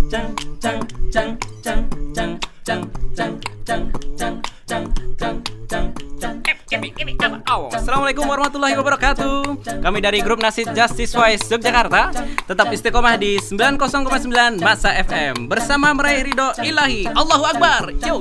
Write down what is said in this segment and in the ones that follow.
Assalamualaikum warahmatullahi wabarakatuh. Kami dari grup Nasid Justice Wise Yogyakarta tetap istiqomah di 90,9 Masa FM bersama meraih ridho ilahi. Allahu Akbar. Yo.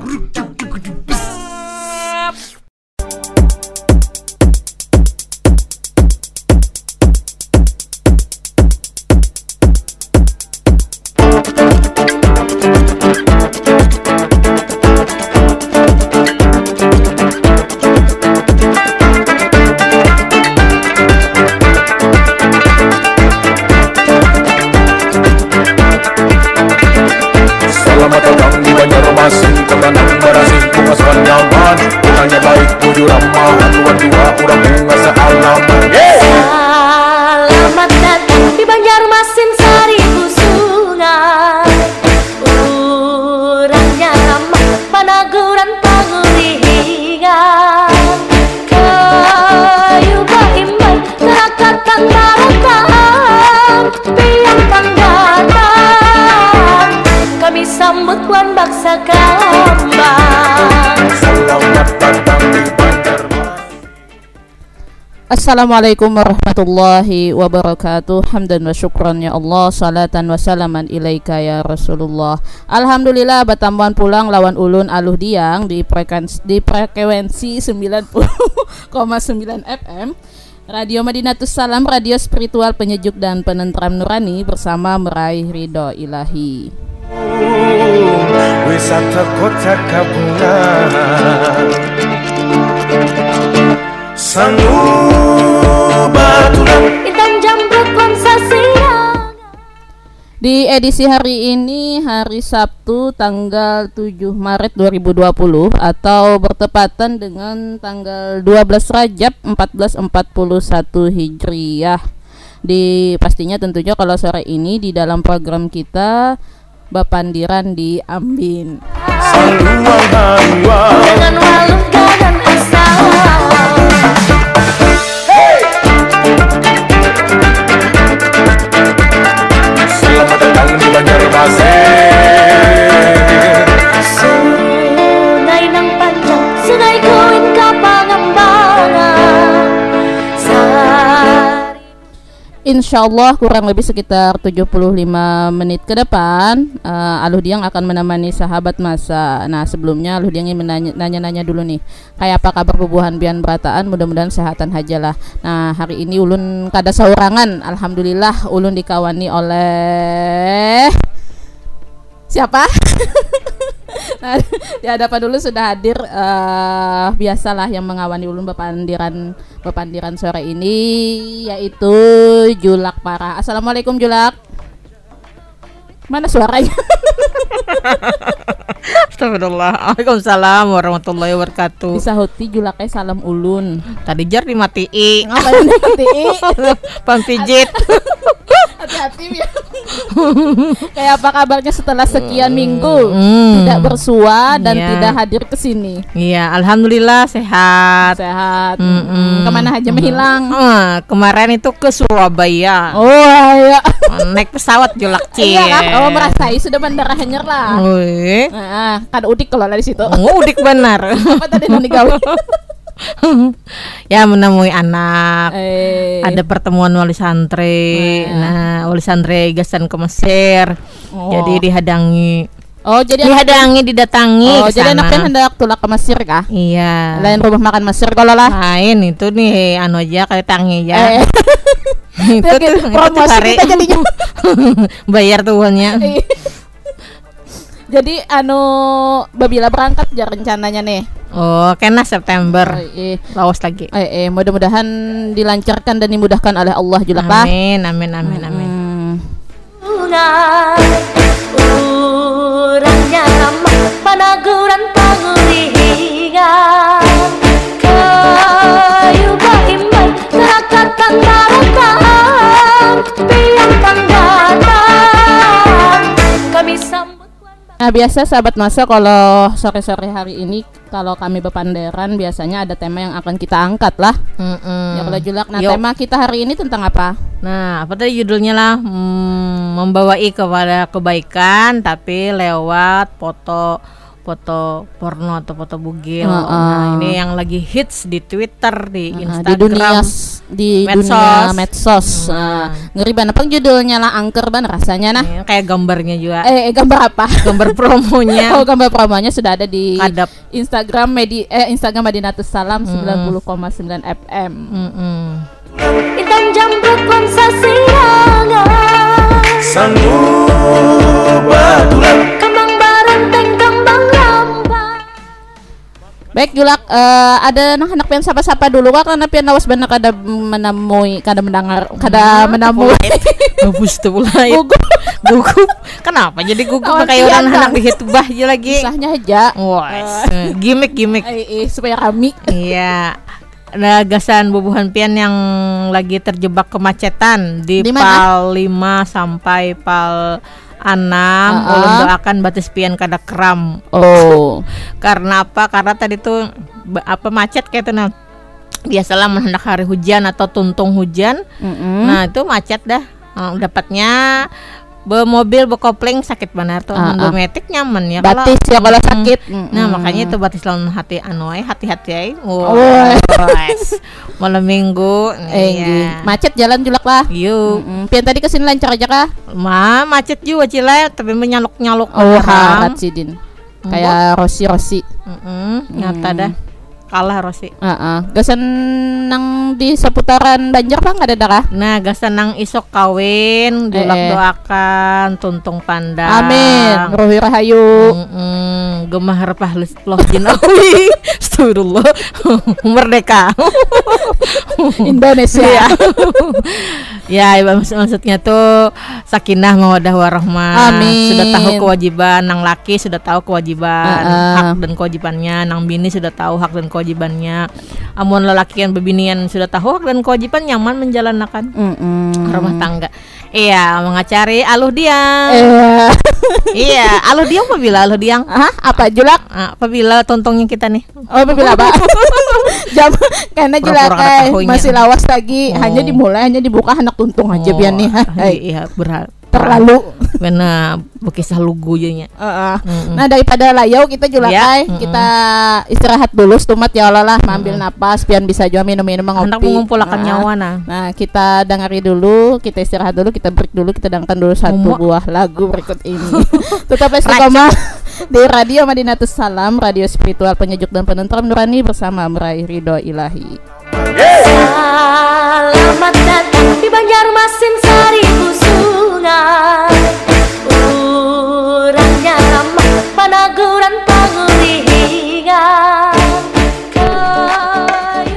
Selamat datang di Banjarmasin, tenang berasih kupasan nyaman. Orangnya baik, jujur ramah, luar dua orang bunga sealaman. Selamat datang di Banjarmasin, seribu sungai. Orangnya ramah, panaguran panguringan. Kayu baimbai, kerakatan barokah, piang panggatan. Kami sambut Wan Baksa Kambang. Selamat datang di Banjarmasin. Assalamualaikum warahmatullahi wabarakatuh. Hamdan wa syukran ya Allah, salatan wa salaman ilaika ya Rasulullah. Alhamdulillah batambuan pulang lawan ulun aluh diang di frekuensi 90,9 FM Radio Madinatus Salam, radio spiritual penyejuk dan penentram nurani bersama meraih ridho ilahi. Wisata kota Kabungan, Sangu Baturan, Intan Jamrut Wansa Siang. Di edisi hari ini, hari Sabtu tanggal 7 Maret 2020 atau bertepatan dengan tanggal 12 Rajab 1441 Hijriyah. Pastinya tentunya kalau sore ini di dalam program kita Bapandiran di Ambin. Dengan walungka dan asal. selamat datang di Banjarmasin. Sungai nang panjang, sungai kuin kapangambangan. Insyaallah kurang lebih sekitar 75 menit ke depan Aluh Diang akan menemani sahabat masa. Nah sebelumnya Aluh Diang ingin nanya-nanya dulu nih, kayak apa kabar bubuhan bian berataan, mudah-mudahan sehatan hajalah. Nah hari ini ulun kada saurangan, alhamdulillah ulun dikawani oleh siapa? Nah, di hadapan dulu sudah hadir biasalah yang mengawani ulun Bapandiran sore ini, yaitu Julak Parah. Assalamualaikum Julak. Mana suaranya? Astagfirullah. Waalaikumsalam warahmatullahi wabarakatuh. Disahuti Julaknya salam ulun. Tadi jar dimatiin. Ngapain dimatiin? Pampijit. Hati-hati ya. Kayak apa kabarnya setelah sekian minggu tidak bersua dan tidak hadir ke sini? Iya, alhamdulillah sehat. Sehat. Kemana aja menghilang? Kemarin itu ke Surabaya. Oh iya. Naik pesawat Julak Cil. Iya kan? Oh merasai sudah bandara hanyar lah. Kan udik kalau dari situ. Udik benar. Apa tadi yang digawe? Ya menemui anak. Ada pertemuan wali santri. Nah, wali santri gasan ke Mesir. Jadi dihadangi. Oh, jadi didatangi. Oh, jadi anaknya hendak tulak ke Mesir kah? Iya. Lain rumah makan Mesir kalau lah. Lain itu nih anu aja kayak tangi ya. Itu tuh promosi kita jadinya. Bayar tuannya. Jadi babila berangkat ya rencananya nih. Oh, kena September. Lawas lagi. Mudah-mudahan dilancarkan dan dimudahkan oleh Allah Julak. Amin. Orangnya ramah, panaguran panguringan. Kayu baimbai, kerakatan barokah, piang panggatan. Kami sambut. Nah biasa sahabat masa kalau sore-sore hari ini kalau kami bepanderan biasanya ada tema yang akan kita angkat lah. Ya kalau Julak, nah tema kita hari ini tentang apa? Nah apa tadi judulnya lah, membawai kepada kebaikan tapi lewat foto porno atau foto bugil. Nah ini yang lagi hits di Twitter, di Instagram, di dunia medsos. Ngeri banget. Apa judulnya lah, angker banget rasanya nah. Kayak gambarnya juga. Gambar apa? Gambar promonya. Gambar promonya sudah ada di Kadap. Instagram Madinatus Salam 90,9 FM. Intan jambret lensa siangan Sanggup batulan kembang barenteng kembang lambai. Baik Julak, ada anak pian sapa-sapa dulu kak karena pian lawas bener kada menemui Gabus tuh mulai gugup. Kenapa jadi gugup kayak orang anak dihitbah aja lagi. Kisahnya aja. Gimmick supaya kami. Iya. Ada gasan bubuhan pian yang lagi terjebak kemacetan di PAL 5 sampai PAL 6. Ulun doakan batis pian kada kram. Karena apa? Karena tadi tuh macet kayak itu nah. Biasalah menhendak hari hujan atau tuntung hujan. Nah, itu macet dah. Dapatnya mobil bekopling sakit benar tuh. Metik nyaman ya batis ya kalau sakit. Nah makanya itu batis lawan hati-hati ay. Malam minggu macet jalan Julak lah. Pian tadi kesini lancar aja kah? Macet juga Cila tapi menyaluk-nyaluk. Harat sidin kayak Rosi nyata dah kalah Rosi. Gasan nang di seputaran Banjar bang ada dah kah? Nah gasan nang isok kawin Julak doakan tuntung pandang. Amin. Rohi rahayu. Gemah repah loh jinawi. Astagfirullah. Merdeka. Indonesia. Ya maksudnya tuh sakinah mawaddah warahmah. Amin. Sudah tahu kewajiban nang laki, sudah tahu kewajiban hak dan kewajibannya. Nang bini sudah tahu hak dan kewajibannya. Amun lelaki yang bebinian sudah tahu hak dan kewajiban, nyaman menjalankan rumah tangga. Iya, mengacari aluh diang. Iya, aluh diang apabila aluh diang. Apa Julak? Apabila tontongnya kita nih. Apabila apa? Jam karena Julak masih lawas lagi, hanya dibuka anak tuntung aja biar nih. Iya, berat. Terlalu benar bekisah lugu nya. Nah daripada layau kita Julak kita istirahat dulu setumat ya Allah lah, ambil napas pian bisa juga minum-minum ngopi. Hendak mengumpulkan nyawa Nah kita dengari dulu, kita istirahat dulu, kita break dulu, kita dengarkan dulu satu buah lagu berikut ini. Tetap istiqomah di Radio Madinatus Salam, radio spiritual penyejuk dan penentram nurani bersama meraih ridho ilahi. Selamat datang di Banjarmasin Seribu Sungai. Urangnya ramah, panaguran penguringan. Kayu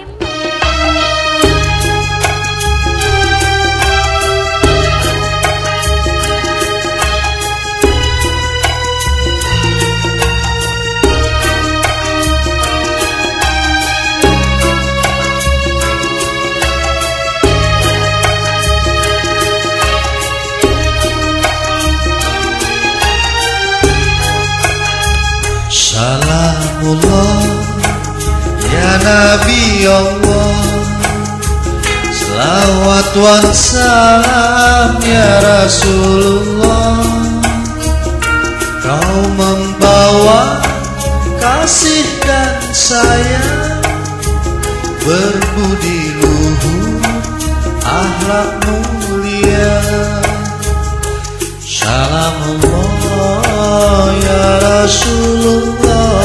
Salamullah ya Nabi Allah, selawat wan salam ya Rasulullah. Kau membawa kasih dan sayang, berbudi luhur, akhlak mulia. Salamullah ya Rasulullah,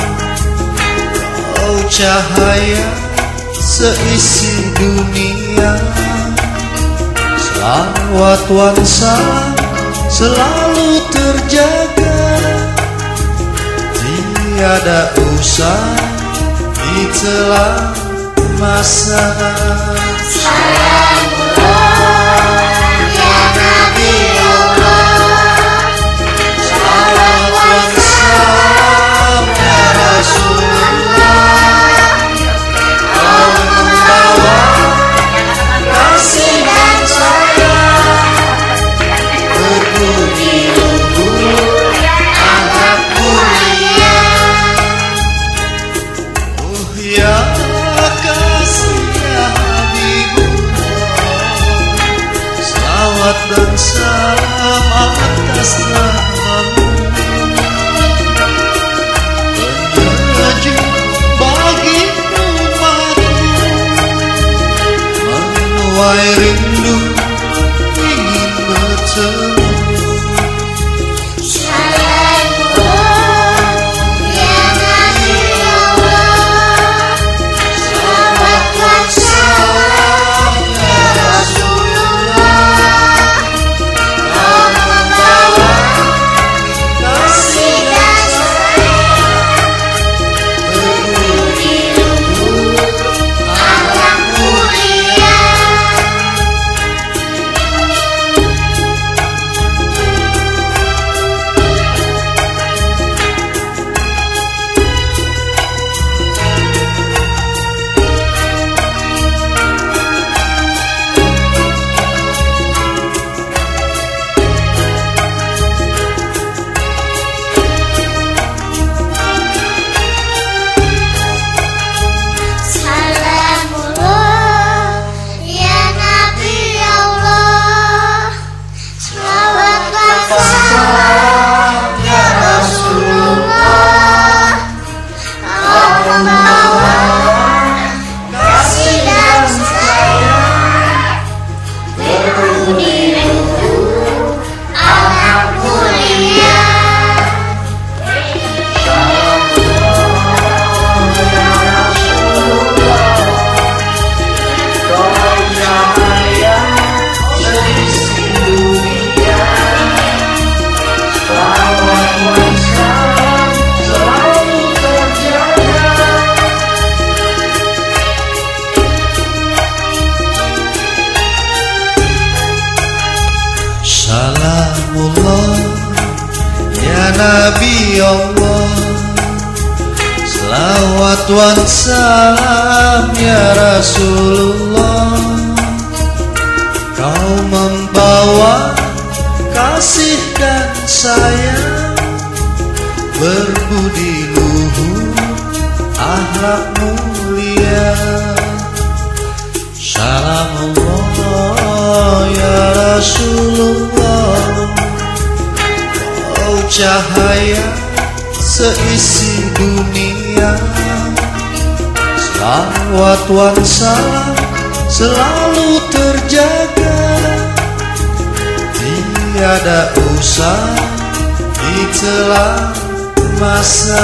kau cahaya seisi dunia. Salawat wan salam selalu terjaga, tiada usai di celah masa. atas namamu, penyejuk bagi umatmu, menuai rindu ingin bertemu. Salamullah ya Nabi Allah, selawat wan salam ya Rasulullah. Kau membawa kasih dan sayang, berbudi luhur, akhlak mulia. Salamullah ya Rasulullah, kau cahaya seisi dunia. Salawat wan salam selalu terjaga, tiada usah ditelan masa.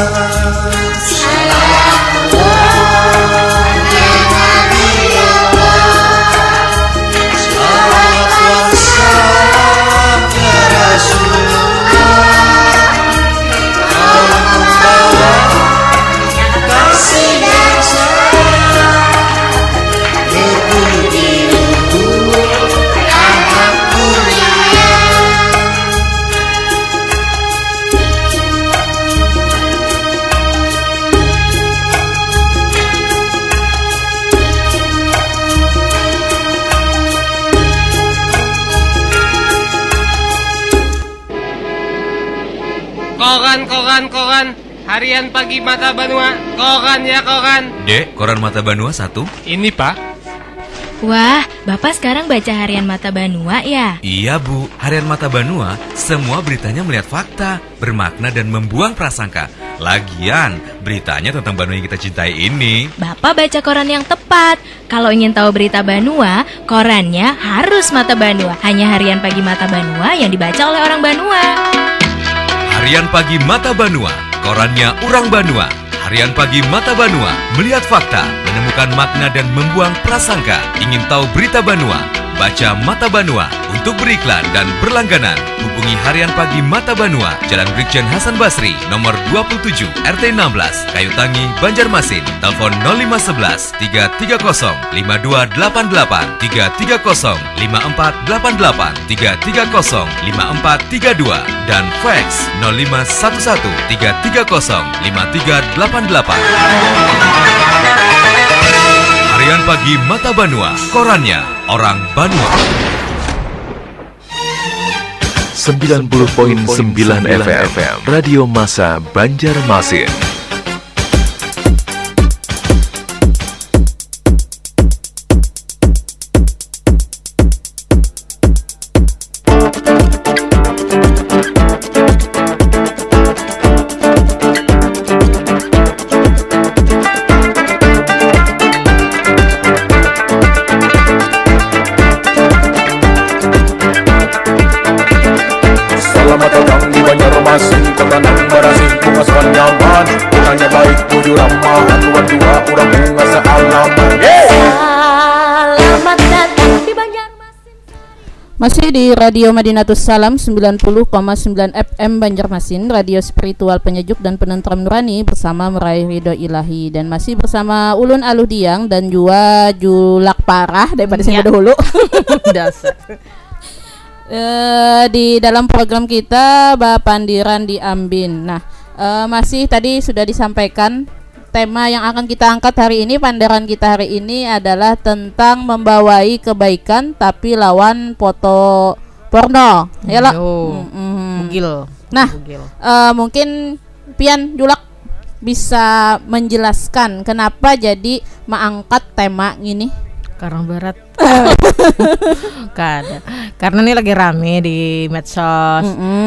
Koran, harian pagi Mata Banua. Koran ya koran. Dek, koran Mata Banua 1. Ini Pak. Wah, Bapak sekarang baca harian Mata Banua ya? Iya Bu, harian Mata Banua semua beritanya melihat fakta, bermakna dan membuang prasangka. Lagian, beritanya tentang Banua yang kita cintai ini. Bapak baca koran yang tepat. Kalau ingin tahu berita Banua, korannya harus Mata Banua. Hanya harian pagi Mata Banua yang dibaca oleh orang Banua. Harian pagi Mata Banua, korannya orang Banua. Harian pagi Mata Banua, melihat fakta, menemukan makna dan membuang prasangka. Ingin tahu berita Banua? Baca Mata Banua. Untuk beriklan dan berlangganan, hubungi Harian Pagi Mata Banua, Jalan Brigjen Hasan Basri, nomor 27, RT 16, Kayu Tangi, Banjarmasin. Telepon 0511 330 5288, 330 5488, 330 5432, dan fax 0511 330 5388. Harian Pagi Mata Banua, korannya orang Banua. 90.9 FM Radio Massa Banjarmasin. Masih di Radio Madinatus Salam 90,9 FM Banjarmasin, radio spiritual penyejuk dan penentram nurani bersama meraih ridho ilahi, dan masih bersama Ulun Aludiang dan juga Julak Parah daripada sing dahulu. Dasar. Di dalam program kita Bapandiran di Ambin. Nah, masih tadi sudah disampaikan tema yang akan kita angkat hari ini, pandaran kita hari ini adalah tentang membawai kebaikan tapi lawan foto porno. Ya lah. Bugil. Nah, mungkin Pian Julak bisa menjelaskan kenapa jadi mengangkat tema ini? Karena berat. Karena ini lagi rame di medsos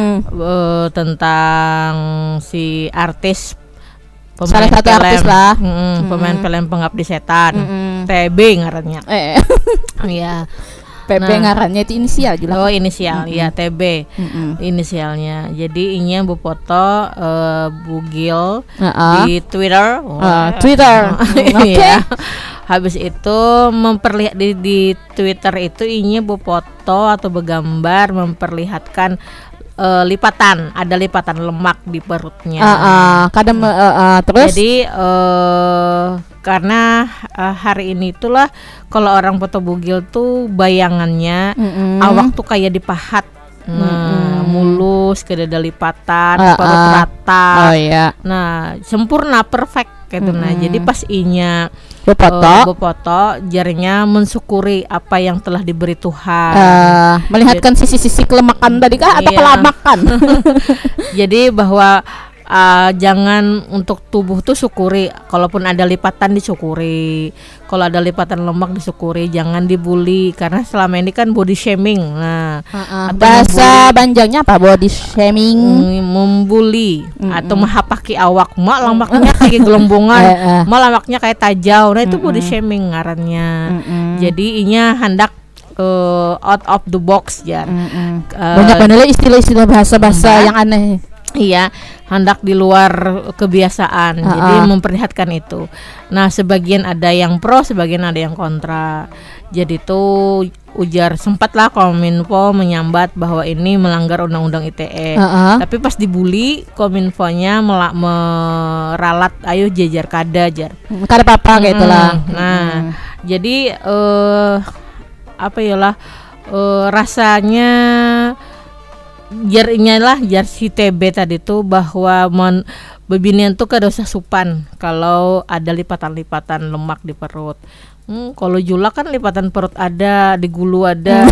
tentang si artis, salah satu artis lah, pemain film Pengabdi Setan, TB ngarannya. Iya. PB ngarannya itu inisial juga. Oh, inisial, ya TB. Inisialnya. Jadi inya foto bugil di Twitter. Twitter. Oke. Habis itu memperlihat di Twitter itu inya foto atau bergambar memperlihatkan lipatan, ada lipatan lemak di perutnya. Kadang terus. Jadi karena hari ini itulah kalau orang foto bugil tuh bayangannya awak tuh kayak dipahat. Mulus, kedada lipatan, perut rata. Nah, sempurna, perfect gitu. Nah, jadi pas inya befoto jarinya mensyukuri apa yang telah diberi Tuhan. Melihatkan sisi-sisi kelemakan tadi kah atau kelamakan? Jadi bahwa jangan untuk tubuh tuh syukuri, kalaupun ada lipatan disyukuri, kalau ada lipatan lemak disyukuri, jangan dibully karena selama ini kan body shaming. Nah, bahasa Banjarnya apa body shaming? Membuli atau menghapaki awak, mak lemaknya kayak gelombongan, mak lemaknya kayak tajau. Nah, itu body shaming ngarannya. Jadi inya hendak out of the box ya. Banyak banget istilah-istilah bahasa-bahasa yang aneh. Iya, hendak di luar kebiasaan. Jadi memperlihatkan itu. Nah, sebagian ada yang pro, sebagian ada yang kontra. Jadi tuh ujar sempatlah Kominfo menyambat bahwa ini melanggar undang-undang ITE. Tapi pas dibully, Kominfonya meralat ayo jajar kada apa gitu lah. Nah, jadi apa yalah rasanya jar si TB tadi tuh bahwa bebinian tuh kada usah supan kalau ada lipatan-lipatan lemak di perut. Kalau Jula kan lipatan perut ada, di gulu ada.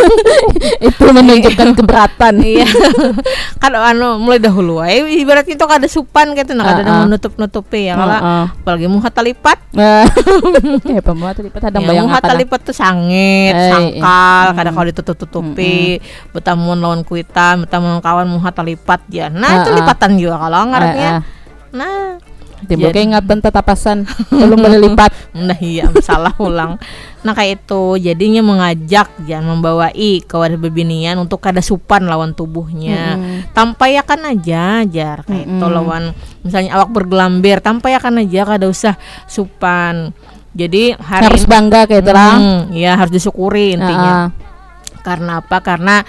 Itu menunjukkan keberatan. Iya. Kan mulai dahulu ibarat itu kada supan gitu, nah kada menutup-nutupi ya kalau apalagi muhat talipat. Pemuhat talipat ada bayang muhat talipat tuh sangit, sangkal, kada kalau ditutup-tutupi. Betamun lawan kuitan, betamun kawan muhat talipat ya. Nah, itu lipatan juga kalau ngarannya. Nah, timbul kayak ingat tatapasan belum boleh lipat. Nah iya, salah ulang. Nah kayak itu jadinya mengajak jangan membawai kepada bebinian untuk kada supan lawan tubuhnya. Tampayakan aja jar kayak itu lawan misalnya awak bergelambir, tampayakan aja kada usah supan. Jadi harus bangga kayak itu lah. Ya harus disyukuri intinya. Karena apa? Karena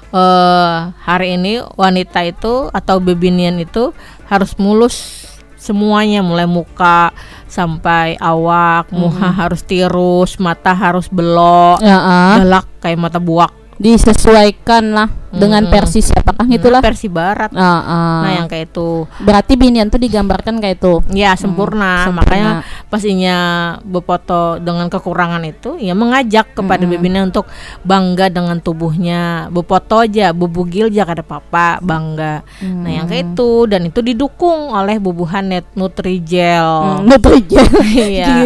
hari ini wanita itu atau bebinian itu harus mulus semuanya, mulai muka sampai awak, muka harus tirus, mata harus belok, galak kayak mata buak. Disesuaikan lah dengan versi siapakah itulah. Versi barat. Nah yang kayak itu. Berarti binian tuh digambarkan kayak itu. Ya sempurna. Makanya pastinya befoto dengan kekurangan itu, ya mengajak kepada bebinian untuk bangga dengan tubuhnya. Befoto aja, bebugil aja kada apa-apa, bangga. Nah yang kayak itu, dan itu didukung oleh bubuhan Nutrijel. Nutrijel. Iya.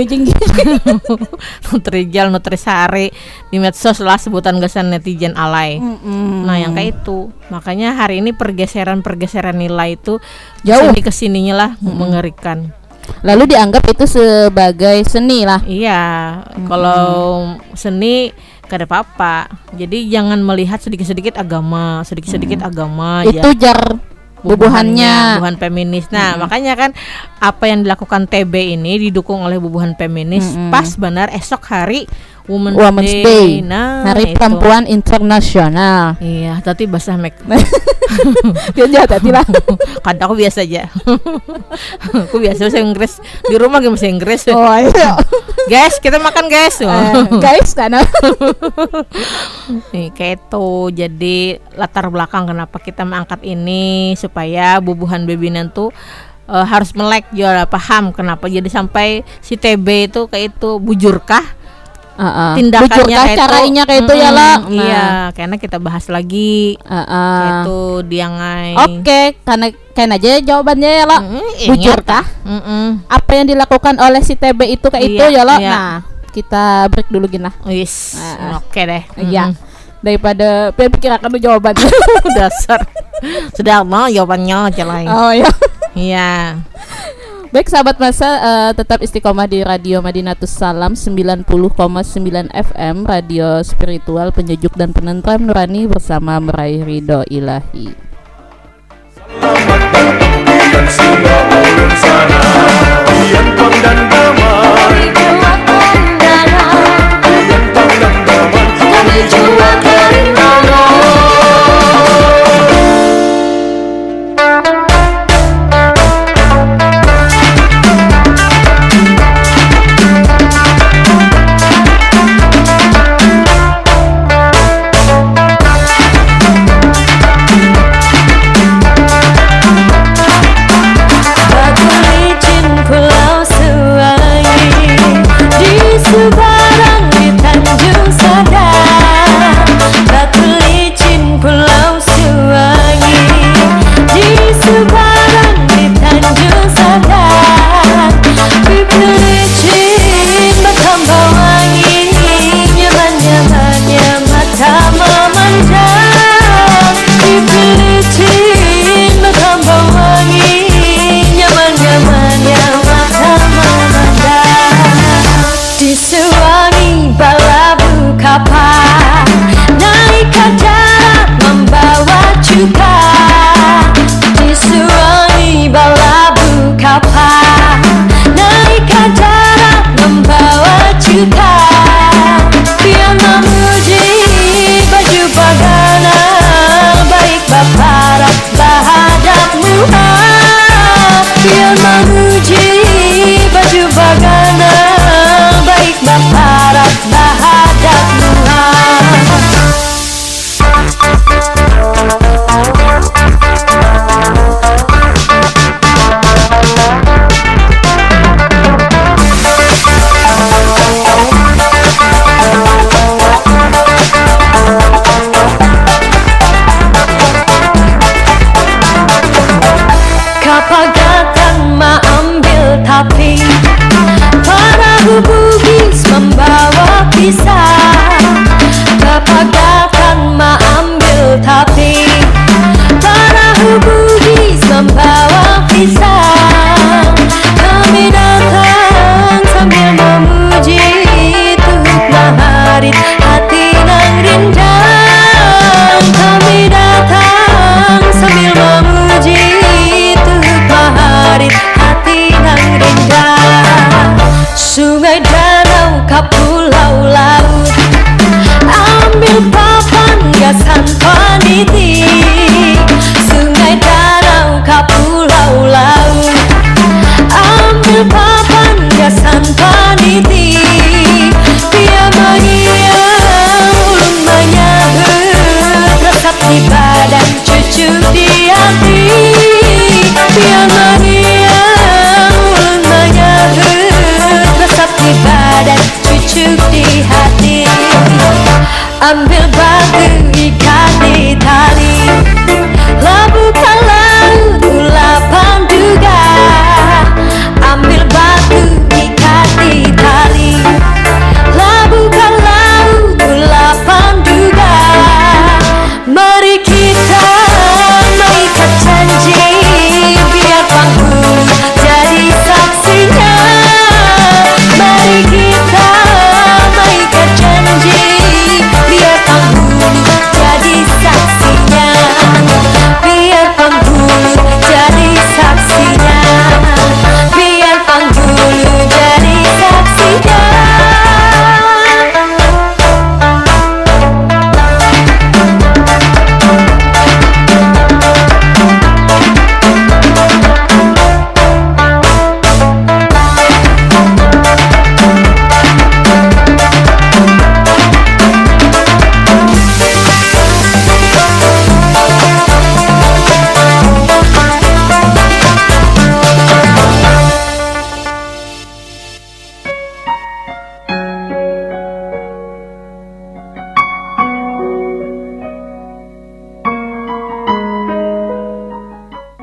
Nutrijel, Nutrisari di medsos lah sebutan gasan netizen alay. Nah yang kayak itu, makanya hari ini pergeseran nilai itu jauh kesininya lah mengerikan. Lalu dianggap itu sebagai seni lah. Iya, kalau seni kada apa-apa. Jadi jangan melihat sedikit-sedikit agama itu jar bubuhan feminis. Nah, makanya kan apa yang dilakukan TB ini didukung oleh bubuhan feminis. Pas benar esok hari Women's Day. Nah, Hari itu. Perempuan Internasional. Iya, tapi bahasa mek. Dia jahat hati lah. Kadang aku biasa aja. Aku biasa bahasa Inggris. Di rumah gak bahasa Inggris. Oh iya. Guys, kita makan guys. Guys karena nih kayak itu. Jadi latar belakang kenapa kita mengangkat ini supaya bubuhan bebinan tuh harus melek jual paham kenapa jadi sampai si TB itu kayak itu bujurkah? Tindakannya kayak caranya kayak itu ya lah. Iya, karena kita bahas lagi. Kayak itu dia ngai. Oke, karena aja jawabannya ya lah. Bujurkah? Apa yang dilakukan oleh si TB itu kayak itu ya lah. Nah, kita break dulu gini lah. Wis, oke deh. Iya. Daripada pikirkan dulu jawabannya. Dasar. Sudah mau jawabannya aja lain. Oh iya. Iya. Baik sahabat masa, tetap istiqomah di Radio Madinatus Salam 90,9 FM, radio spiritual penyejuk dan penentram nurani bersama meraih ridho ilahi. Selamat datang dan singgah ulun sana, Yentong dan damai, Yentong dan damai, kami jua keringana.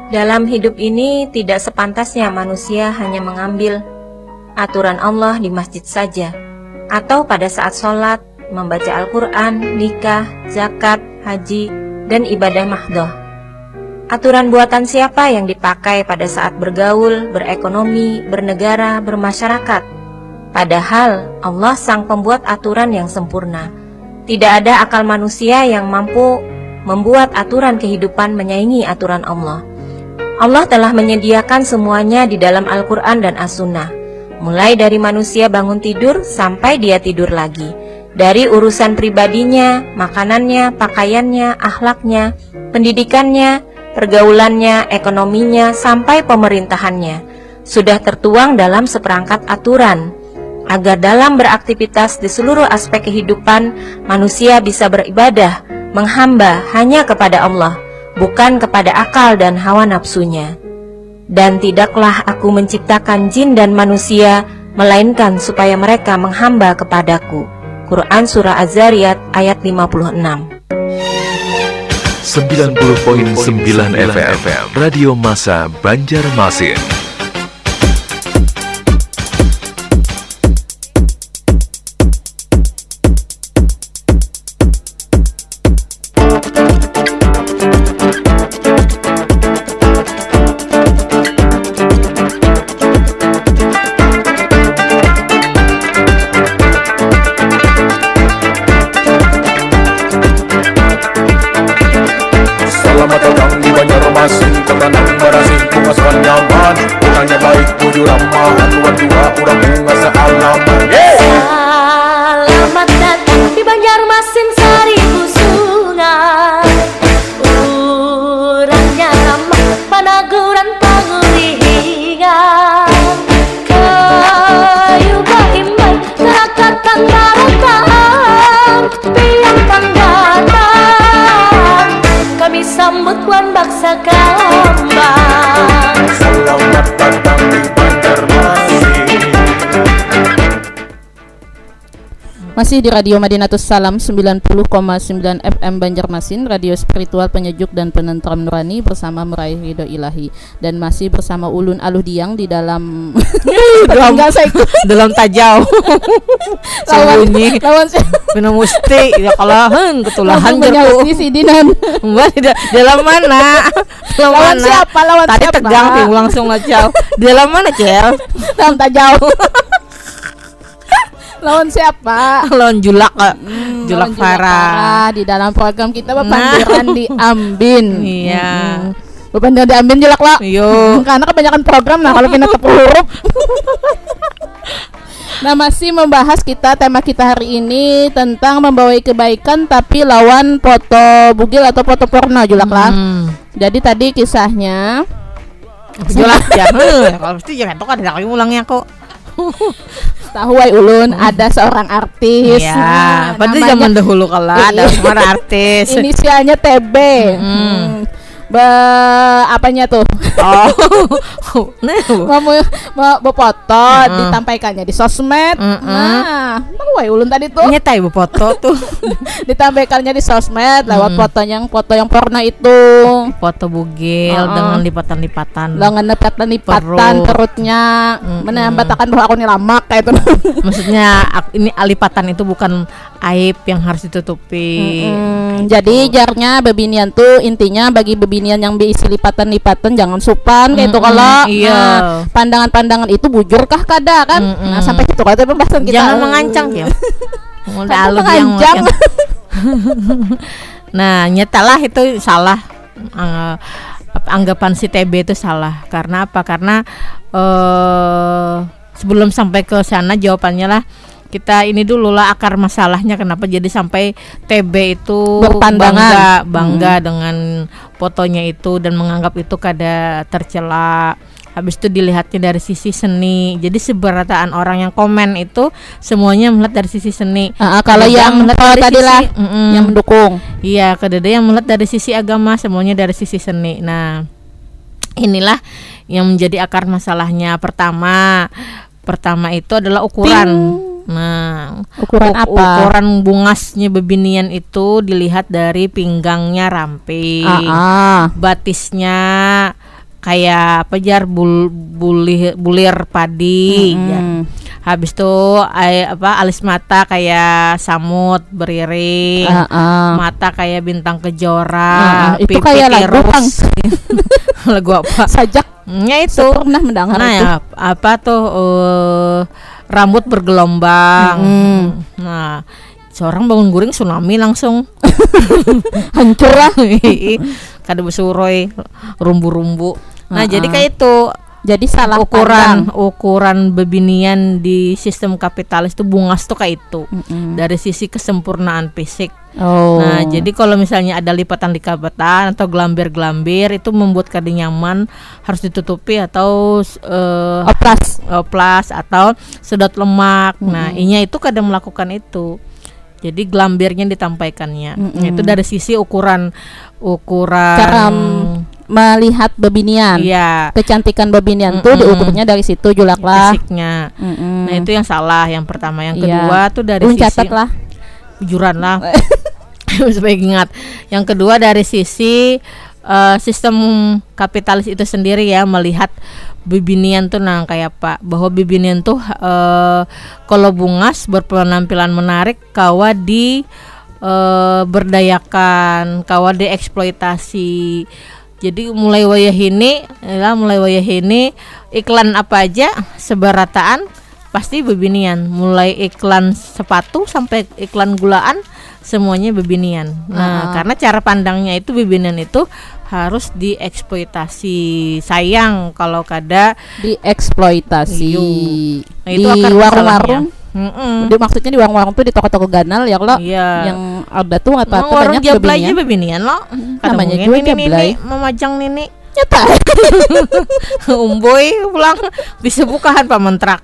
Dalam hidup ini tidak sepantasnya manusia hanya mengambil aturan Allah di masjid saja, atau pada saat sholat, membaca Al-Quran, nikah, zakat, haji, dan ibadah mahdoh. Aturan buatan siapa yang dipakai pada saat bergaul, berekonomi, bernegara, bermasyarakat? Padahal Allah sang pembuat aturan yang sempurna. Tidak ada akal manusia yang mampu membuat aturan kehidupan menyaingi aturan Allah. Allah telah menyediakan semuanya di dalam Al-Quran dan As-Sunnah, mulai dari manusia bangun tidur sampai dia tidur lagi, dari urusan pribadinya, makanannya, pakaiannya, akhlaknya, pendidikannya, pergaulannya, ekonominya, sampai pemerintahannya, sudah tertuang dalam seperangkat aturan, agar dalam beraktivitas di seluruh aspek kehidupan, manusia bisa beribadah, menghamba hanya kepada Allah, bukan kepada akal dan hawa nafsunya. Dan tidaklah aku menciptakan jin dan manusia, melainkan supaya mereka menghamba kepadaku. Quran Surah Az-Zariyat ayat 56. 90.9 FM Radio Massa Banjarmasin. Selamat datang di Banjarmasin Seribu Sungai. Urangnya ramah, panaguran pangurihingan. Kayu baimbai, terakatan baratan, piang panggatang. Kami sambut Wan Baksa Kambang. Selamat datang di Banjarmasin. Masih di Radio Madinatus Salam 90,9 FM Banjarmasin, radio spiritual penyejuk dan penentram nurani bersama meraih ridho ilahi. Dan masih bersama Ulun Aluhdiang di dalam dalam tajau. Sembunyi lawan bener musti ya kalahan ketulahan jeruk si Dinan. Dalam mana? Lawan siapa? Lawan tadi siapa? tegang tuh langsung ngajau. Dalam mana, Cel? Dalam tajau. Lawan siapa? Lawan Julak, Julak Farah. Di dalam program kita Bepandiran di Ambin. Iya. Bepandiran di Ambin Julak lah. Iya. Karena kebanyakan program nah kalau pindah ke huruf. Nah, masih membahas tema kita hari ini tentang membawai kebaikan tapi lawan foto bugil atau foto porno Julak lah. Jadi tadi kisahnya Julak jangan. Kalau mesti jangan tuh ada lagi ulangnya kok. Tahu wai Ulun ada seorang artis. Iya, pada zaman dahulu kala ada seorang artis. Inisialnya TB. Apanya tuh? Mau foto ditampaikannya di sosmed. Nah, tahu wai Ulun tadi tuh. Nyetai foto tuh. Ditampaikannya di sosmed lewat foto yang porno itu. Foto bugil dengan lipatan-lipatan. Dengan lipatan-lipatan perutnya. Menambahkan bahwa aku nih lamak kayak itu. Maksudnya ini lipatan itu bukan aib yang harus ditutupi. Jadi jarnya bebinian tuh intinya bagi bebinian yang berisi lipatan-lipatan jangan supan kayak itu kalau pandangan-pandangan itu bujurkah kada kan. Nah sampai situ kalau pembahasan kita jangan mengancang ya. Udah alus yang nah nyatalah itu salah. Anggapan si TB itu salah karena apa? Karena sebelum sampai ke sana jawabannya lah kita ini dulu lah akar masalahnya kenapa jadi sampai TB itu bangga dengan fotonya itu dan menganggap itu kada tercela. Habis itu dilihatnya dari sisi seni. Jadi seberataan orang yang komen itu semuanya melihat dari sisi seni. Kalau yang tadi lah yang mendukung. Iya, kedede yang melihat dari sisi agama, semuanya dari sisi seni. Nah, inilah yang menjadi akar masalahnya. Pertama itu adalah ukuran. Nah, ukuran apa? Ukuran bungasnya bebinian itu dilihat dari pinggangnya ramping, batisnya kayak apa jar bulir padi ya. Habis itu alis mata kayak samut beriring, mata kayak bintang kejora, itu kayak lagu lagu apa? Sajaknya itu pernah mendengar itu. Ya, apa tuh rambut bergelombang. Nah, seorang bangun guring tsunami langsung hancur lah. Kada besuroi rumbu-rumbu. Nah, jadi kayak itu. Jadi salah ukuran bebinian di sistem kapitalis itu bungas tuh kayak itu. Dari sisi kesempurnaan fisik. Nah, jadi kalau misalnya ada lipatan-lipatan atau gelambir-gelambir itu membuat kada nyaman, harus ditutupi atau oplas atau sedot lemak. Nah, inya itu kada melakukan itu. Jadi gelambirnya ditampaikannya. Itu dari sisi ukuran cara melihat bebinian. Iya. Kecantikan bebinian tuh diukurnya dari situ julak lah. Fisiknya. Nah, itu yang salah yang pertama. Yang kedua tuh dari sisi catat lah. Bujuran lah. Supaya ingat. Yang kedua dari sisi sistem kapitalis itu sendiri ya, melihat bebinian tuh kayak apa, bahwa bebinian tuh kalau bungas berpenampilan menarik kawa di berdayakan, kawa dieksploitasi. Jadi mulai wayah ini iklan apa aja sebarataan pasti bebinian, mulai iklan sepatu sampai iklan gulaan semuanya bebinian. Nah, karena cara pandangnya itu bebinian itu harus dieksploitasi. Sayang kalau kada dieksploitasi. Nah, itu di warung-warung. Maksudnya di warung-warung tuh di toko-toko ganal ya lo. Yang ada tuh apa banyak bebinian lo. Namanya juga jablay. Memajang nini. Nyata. Umboy pulang bisa bukaan Pak Mentrak.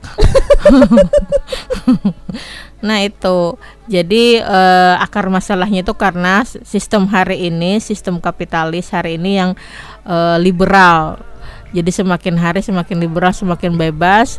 Nah, itu. Jadi akar masalahnya itu karena sistem hari ini, sistem kapitalis hari ini yang liberal. Jadi semakin hari semakin liberal, semakin bebas.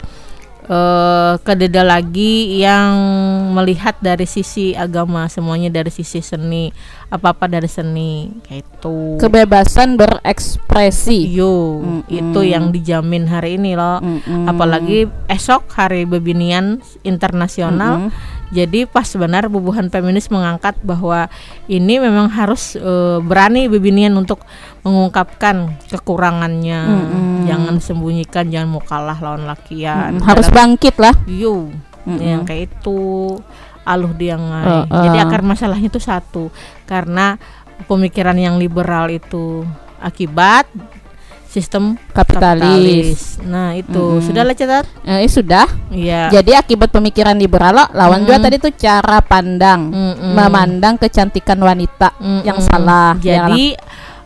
Kededa lagi yang melihat dari sisi agama, semuanya dari sisi seni, apa-apa dari seni kayak itu. Kebebasan berekspresi. Itu yang dijamin hari ini loh. Apalagi esok hari bebinian internasional. Jadi pas benar bubuhan feminis mengangkat bahwa ini memang harus berani bebinian untuk mengungkapkan kekurangannya. Jangan sembunyikan, jangan mau kalah lawan lakian. Harus bangkit lah. Yang kayak itu aluh dia ngai. Jadi akar masalahnya itu satu, karena pemikiran yang liberal itu akibat sistem kapitalis. Nah, itu sudahlah catat. Sudah. Iya. Jadi akibat pemikiran liberal lawan juga tadi tuh cara pandang, memandang kecantikan wanita yang salah. Jadi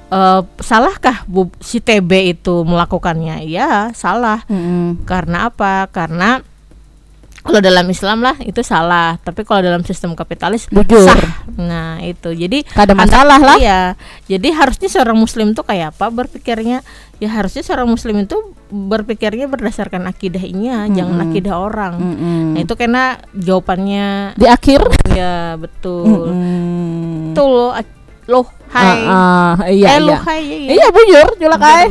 salahkah si TB itu melakukannya? Ya, salah. Karena apa? Karena kalau dalam Islam lah itu salah, tapi kalau dalam sistem kapitalis bujur. Sah. Nah, itu. Jadi ada masalah lah. Iya. Jadi harusnya seorang muslim tuh kayak apa berpikirnya? Ya harusnya seorang muslim itu berpikirnya berdasarkan akidahnya, jangan akidah orang. Nah, itu karena jawabannya di akhir. Ya, betul. Tuh loh, hai. Iya. Iya, bujur julak hai.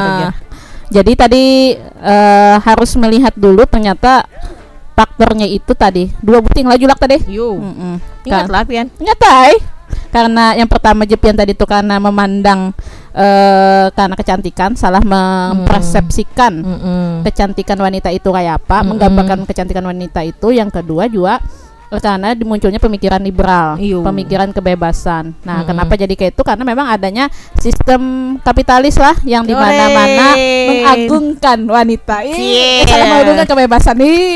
Jadi tadi harus melihat dulu ternyata faktornya itu tadi dua buting lah julak tadi. Ingat lah Pian. Nyatai. Karena yang pertama Jepian tadi itu karena memandang karena kecantikan, salah mempersepsikan kecantikan wanita itu kayak apa, menggambarkan kecantikan wanita itu. Yang kedua juga karena dimunculnya pemikiran liberal, pemikiran kebebasan. Nah, kenapa jadi kayak itu? Karena memang adanya sistem kapitalis lah yang di mana-mana mengagungkan wanita. Saya mengagungkan kebebasan nih.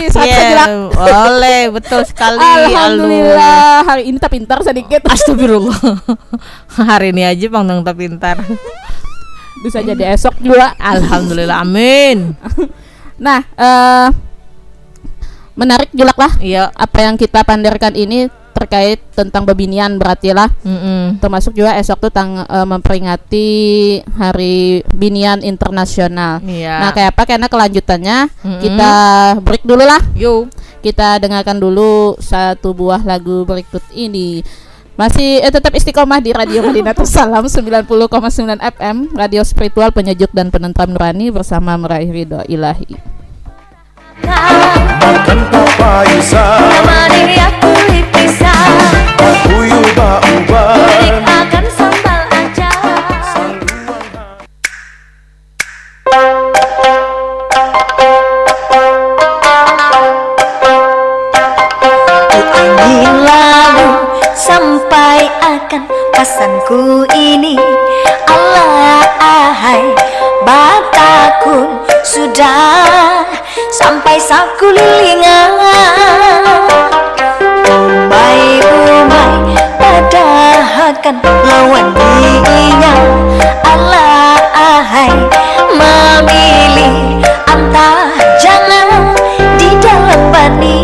Oleh, betul sekali. Alhamdulillah, hari ini tak pintar sedikit. Astagfirullah. Hari ini aja pangdang tak pintar. Bisa jadi esok juga. Alhamdulillah, amin. Nah, menarik julak lah. Iya. Apa yang kita pandarkan ini terkait tentang bebinian berarti lah. Termasuk juga esok tuh memperingati Hari Binian Internasional. Nah, kayak apa? Karena kelanjutannya kita break dulu lah. Kita dengarkan dulu satu buah lagu berikut ini. Masih tetap istiqomah di Radio Madinatus Salam 90,9 FM, radio spiritual penyejuk dan penentram nurani bersama meraih ridho ilahi. Makan papaisa, Temani aku kulit pisang, puyuh bau-bau, balik akan sambal aja. Angin lalu sampai akan pasanku ini, alahai batakun sudah sampai saku lilingan. Umai-umai pada akan lawan dirinya, alahai memilih antah jangan di dalam bani.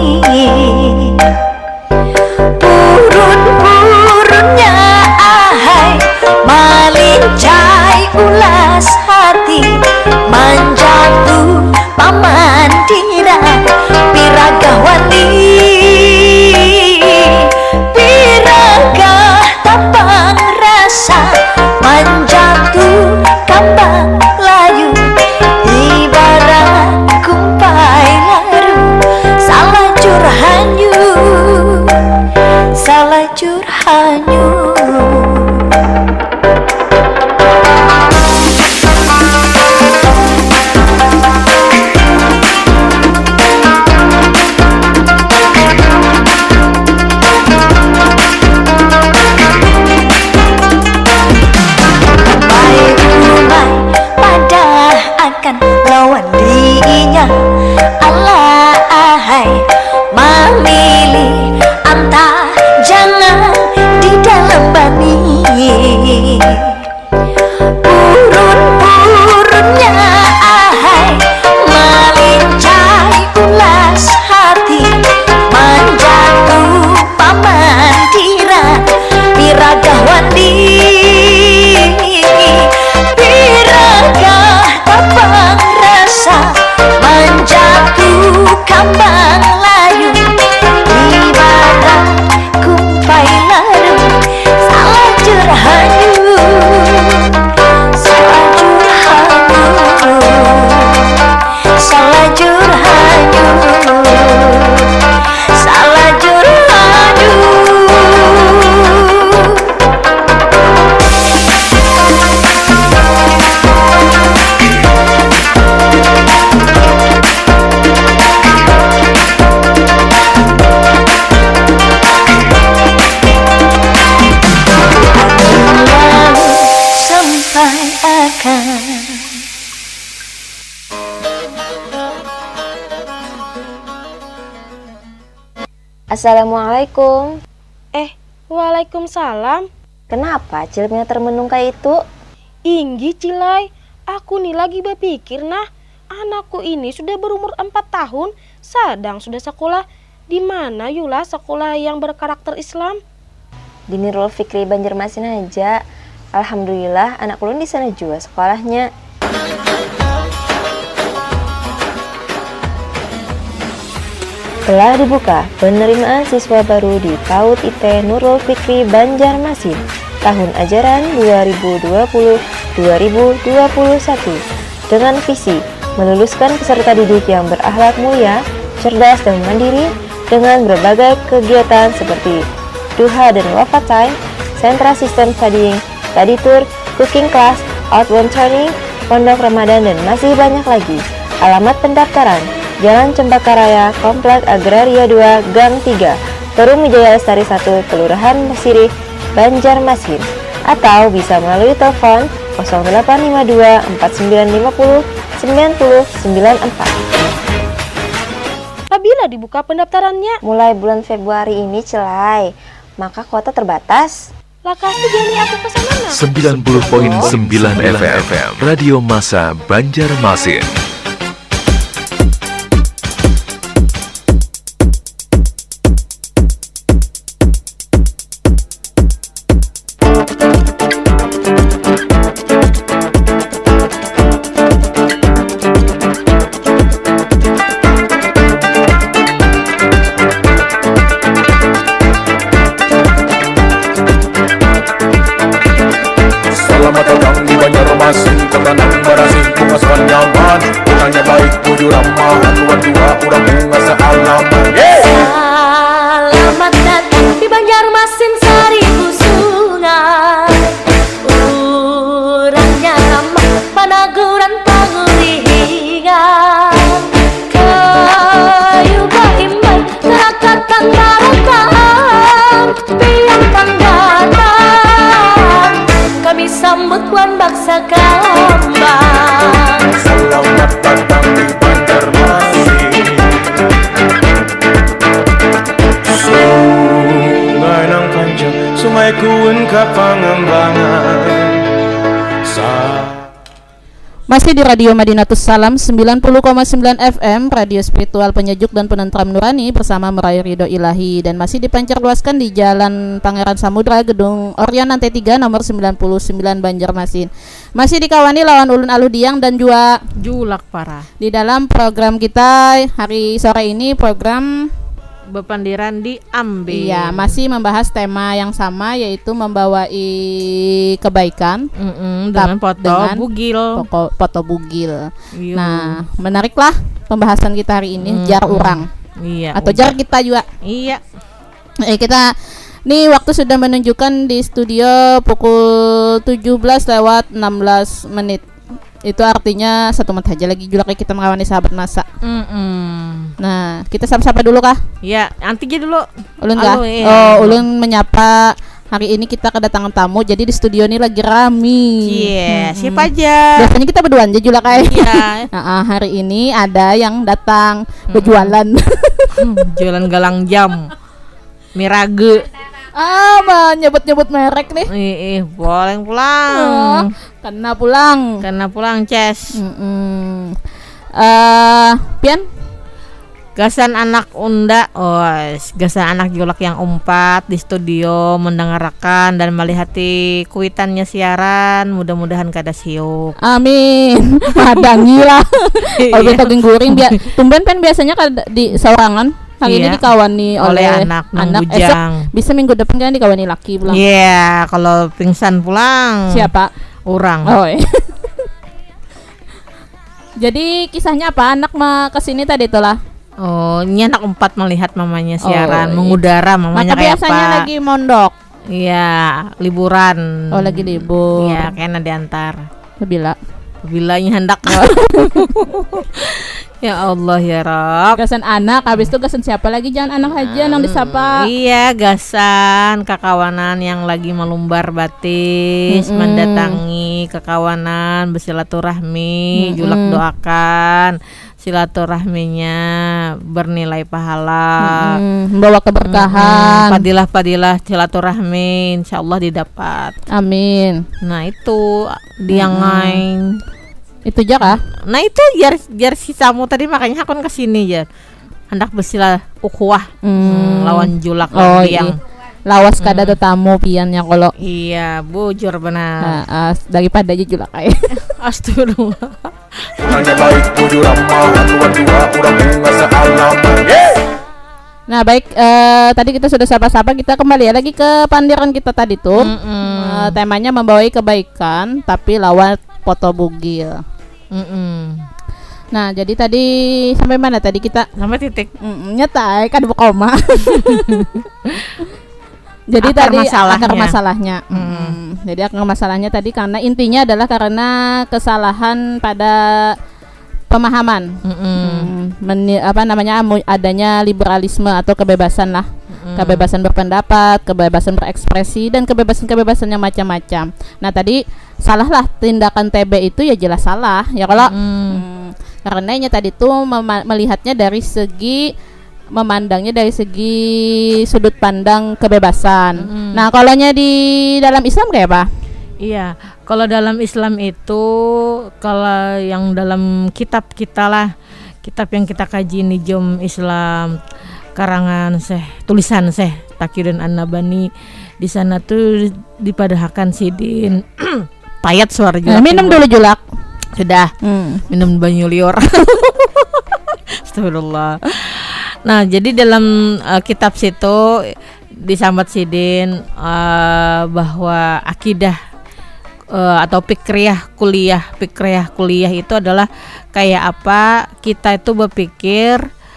Purun-purunnya ahai melincai ulas hati, manjatu paman dira piragah wali, piragah tapang rasa, manjatu kambang layu, ibarat kumpai laru, salah curhanyu, salah curhanyu. Lawan dirinya, alahai memilih antah jangan di dalam bani. Purun-purunnya ahai melincai ulas hati, manjatu paman dira piragah wandi, piragah tapang rasa, manjatu kambang layu, ibarat kumpai laru, salah curhanyu, salah curhanyu, salah curhanyu, salah curhanyu. Assalamualaikum. Waalaikumsalam. Kenapa cilipnya termenung kayak itu? Inggi Cilai, aku nih lagi berpikir anakku ini sudah berumur 4 tahun, sedang sudah sekolah. Di mana Yula sekolah yang berkarakter Islam? Di Nurul Fikri Banjarmasin aja. Alhamdulillah anak ulun di sana juga sekolahnya. Telah dibuka penerimaan siswa baru di PAUD IT Nurul Fikri Banjarmasin tahun ajaran 2020-2021 dengan visi meluluskan peserta didik yang berakhlak mulia, cerdas dan mandiri dengan berbagai kegiatan seperti duha dan wafat time, sentra sistem studying, study tour, cooking class, outbound training, pondok Ramadan dan masih banyak lagi. Alamat pendaftaran Jalan Cempaka Raya, Komplek Agraria 2, Gang 3, Perum Wijaya Lestari 1, Kelurahan Mesirih, Banjarmasin, atau bisa melalui telepon 0852 4950 9094. Apabila dibuka pendaftarannya? Mulai bulan Februari ini, Celai, maka kuota terbatas. Lakasi jadi aku kesana. 90.9 FM Radio Massa Banjarmasin. barasin pumaskan nyaman. Orangnya baik, jujur ramah, dua-dua orang bunga sealaman. Selamat datang di Banjarmasin Seribu Sungai. Orangnya ramah, panaguran penguringan. Kayu berimbang, kerakatan barokah, piang pangdatang. Kami sambut Wan Baksa Kambang. Selamat datang di Banjarmasin. Sungai nang panjang, sungai kuun ka Pangembangan. Masih di Radio Madinatus Salam 90,9 FM, radio spiritual penyejuk dan penentram nurani bersama meraih ridho ilahi, dan masih dipancar luaskan di Jalan Pangeran Samudra, Gedung Orion Lantai 3 nomor 99 Banjarmasin. Masih dikawani lawan Ulun Aludiang dan juga Julak Parah. Di dalam program kita hari sore ini, program Bepandiran di Ambe. Iya, masih membahas tema yang sama, yaitu membawai kebaikan dengan bugil. Foto bugil. Iya. Nah, menariklah pembahasan kita hari ini, jar urang. Iya. Atau jar kita juga. Iya. Kita nih waktu sudah menunjukkan di studio pukul 17:16. Itu artinya 1 menit aja lagi Julak kita mengawani sahabat masa. Nah, kita sapa-sapa dulu kah? Iya, nanti aja dulu. Ulun kah? Iya. Ulun menyapa. Hari ini kita kedatangan tamu, jadi di studio ini lagi rame. Iya, siapa aja? Biasanya kita berduaan aja Julak kayak. Iya. Hari ini ada yang datang berjualan. Jualan galang jam. Mirage. Nyebut-nyebut merek nih. Boleh pulang. Kena pulang, Ces. Pian? Gasan anak unda, gasan anak Julak yang 4 di studio mendengarkan dan melihati kuitannya siaran. Mudah-mudahan kada siuk. Amin. Madangi lah. Kalau taging guring tumben pen biasanya kada di sawangan. Hari ini dikawani oleh anak bujang. Bisa minggu depan kan dikawani laki pulang. Iya, kalau pingsan pulang. Siapa? Orang. Jadi kisahnya apa? Anak kesini tadi itulah. Ini anak 4 melihat mamanya siaran, mengudara mamanya kayak apa? Biasanya lagi mondok. Iya, liburan. Lagi libur. Iya, kayaknya diantar. Bilanya hendak. Ya Allah ya Rob. Gasan anak, habis itu gasan siapa lagi? Jangan anak aja yang disapa. Iya, gasan kakawanan yang lagi melumbar batis, mendatangi kakawanan, bersilaturahmi, Julak doakan silaturahminya bernilai pahala, membawa keberkahan, fadilah silaturahmi, insyaallah didapat. Amin. Nah itu diangain. Itu aja kah? Nah itu jar si Samu tadi, makanya aku kesini ya. Hendak bersilah ukhuwah lawan Julak yang lawas kada tamu piannya kalau. Iya, bujur benar. Daripada aja Julak kayak. Astagfirullah. Orangnya baik, jujur ramah, dua-dua orang bunga sealaman. Nah baik, tadi kita sudah sapa-sapa, kita kembali lagi ke pandiran kita tadi tuh. Temanya membawai kebaikan tapi lawan foto bugil. Nah jadi tadi sampai mana tadi kita? Sampai titik. Nyata kan koma. Jadi akar masalahnya. Jadi akar masalahnya tadi karena intinya adalah karena kesalahan pada pemahaman. Adanya liberalisme atau kebebasan lah. Kebebasan berpendapat, kebebasan berekspresi, dan kebebasan yang macam-macam. Nah tadi salahlah tindakan TB itu ya jelas salah ya kalau karenanya tadi tuh melihatnya dari segi, memandangnya dari segi sudut pandang kebebasan. Nah kalaunya di dalam Islam kayak apa? Iya, kalau dalam Islam itu, kalau yang dalam kitab kita lah, kitab yang kita kaji Nijum Islam karangan tulisan Taqiyuddin An-Nabhani, di sana tuh dipadahkan sidin tayat suara Julak. Minum dulu Julak. Sudah. Minum banyu liur. Astagfirullah. Nah, jadi dalam kitab situ disambat sidin bahwa akidah atau fikriyah kuliah itu adalah kayak apa kita itu berpikir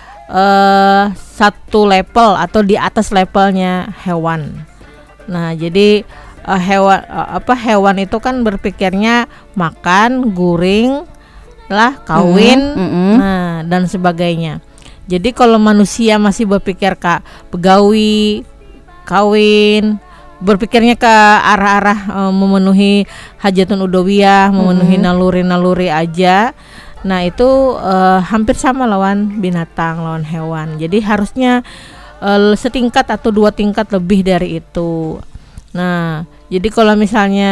satu level atau di atas levelnya hewan. Nah, jadi hewan itu kan berpikirnya makan, guring lah, kawin, nah dan sebagainya. Jadi kalau manusia masih berpikir begawi, kawin, berpikirnya ke arah-arah memenuhi hajatun udawiyah, memenuhi naluri-naluri aja. Nah itu hampir sama lawan binatang, lawan hewan. Jadi harusnya setingkat atau 2 tingkat lebih dari itu. Nah jadi kalau misalnya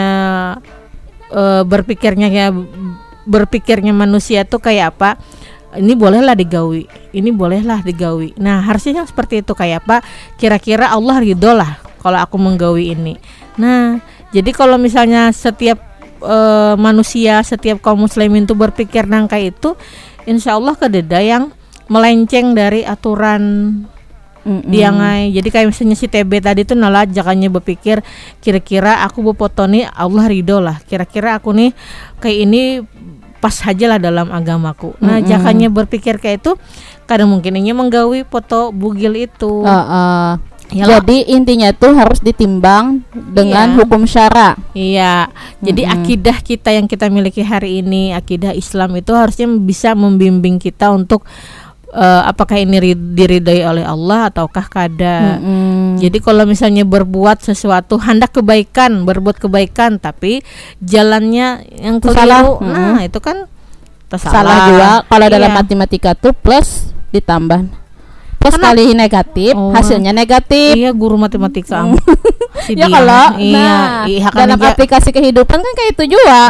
berpikirnya manusia tuh kayak apa? Ini bolehlah digawi, ini bolehlah digawi. Nah harusnya seperti itu, kayak apa? Kira-kira Allah ridho lah kalau aku menggawi ini. Nah, jadi kalau misalnya setiap manusia, setiap kaum muslimin itu berpikir nangka itu, insya Allah kededa yang melenceng dari aturan diangai. Jadi kayak misalnya si TB tadi tuh nala jangannya berpikir kira-kira aku berfoto nih Allah ridho lah. Kira-kira aku nih kayak ini pas aja lah dalam agamaku. Nah, jangannya berpikir kayak itu. Kadang mungkin ini menggawi foto bugil itu. Jadi intinya tuh harus ditimbang dengan hukum syara. Iya. Jadi akidah kita yang kita miliki hari ini, akidah Islam itu harusnya bisa membimbing kita untuk apakah ini diridai oleh Allah ataukah kada. Jadi kalau misalnya berbuat sesuatu hendak berbuat kebaikan tapi jalannya yang keliru, nah itu kan salah juga. Kalau dalam matematika tuh plus ditambah plus kali negatif, hasilnya negatif. Iya, guru matematika. Ya kalau dalam aplikasi kehidupan kan kayak itu juga.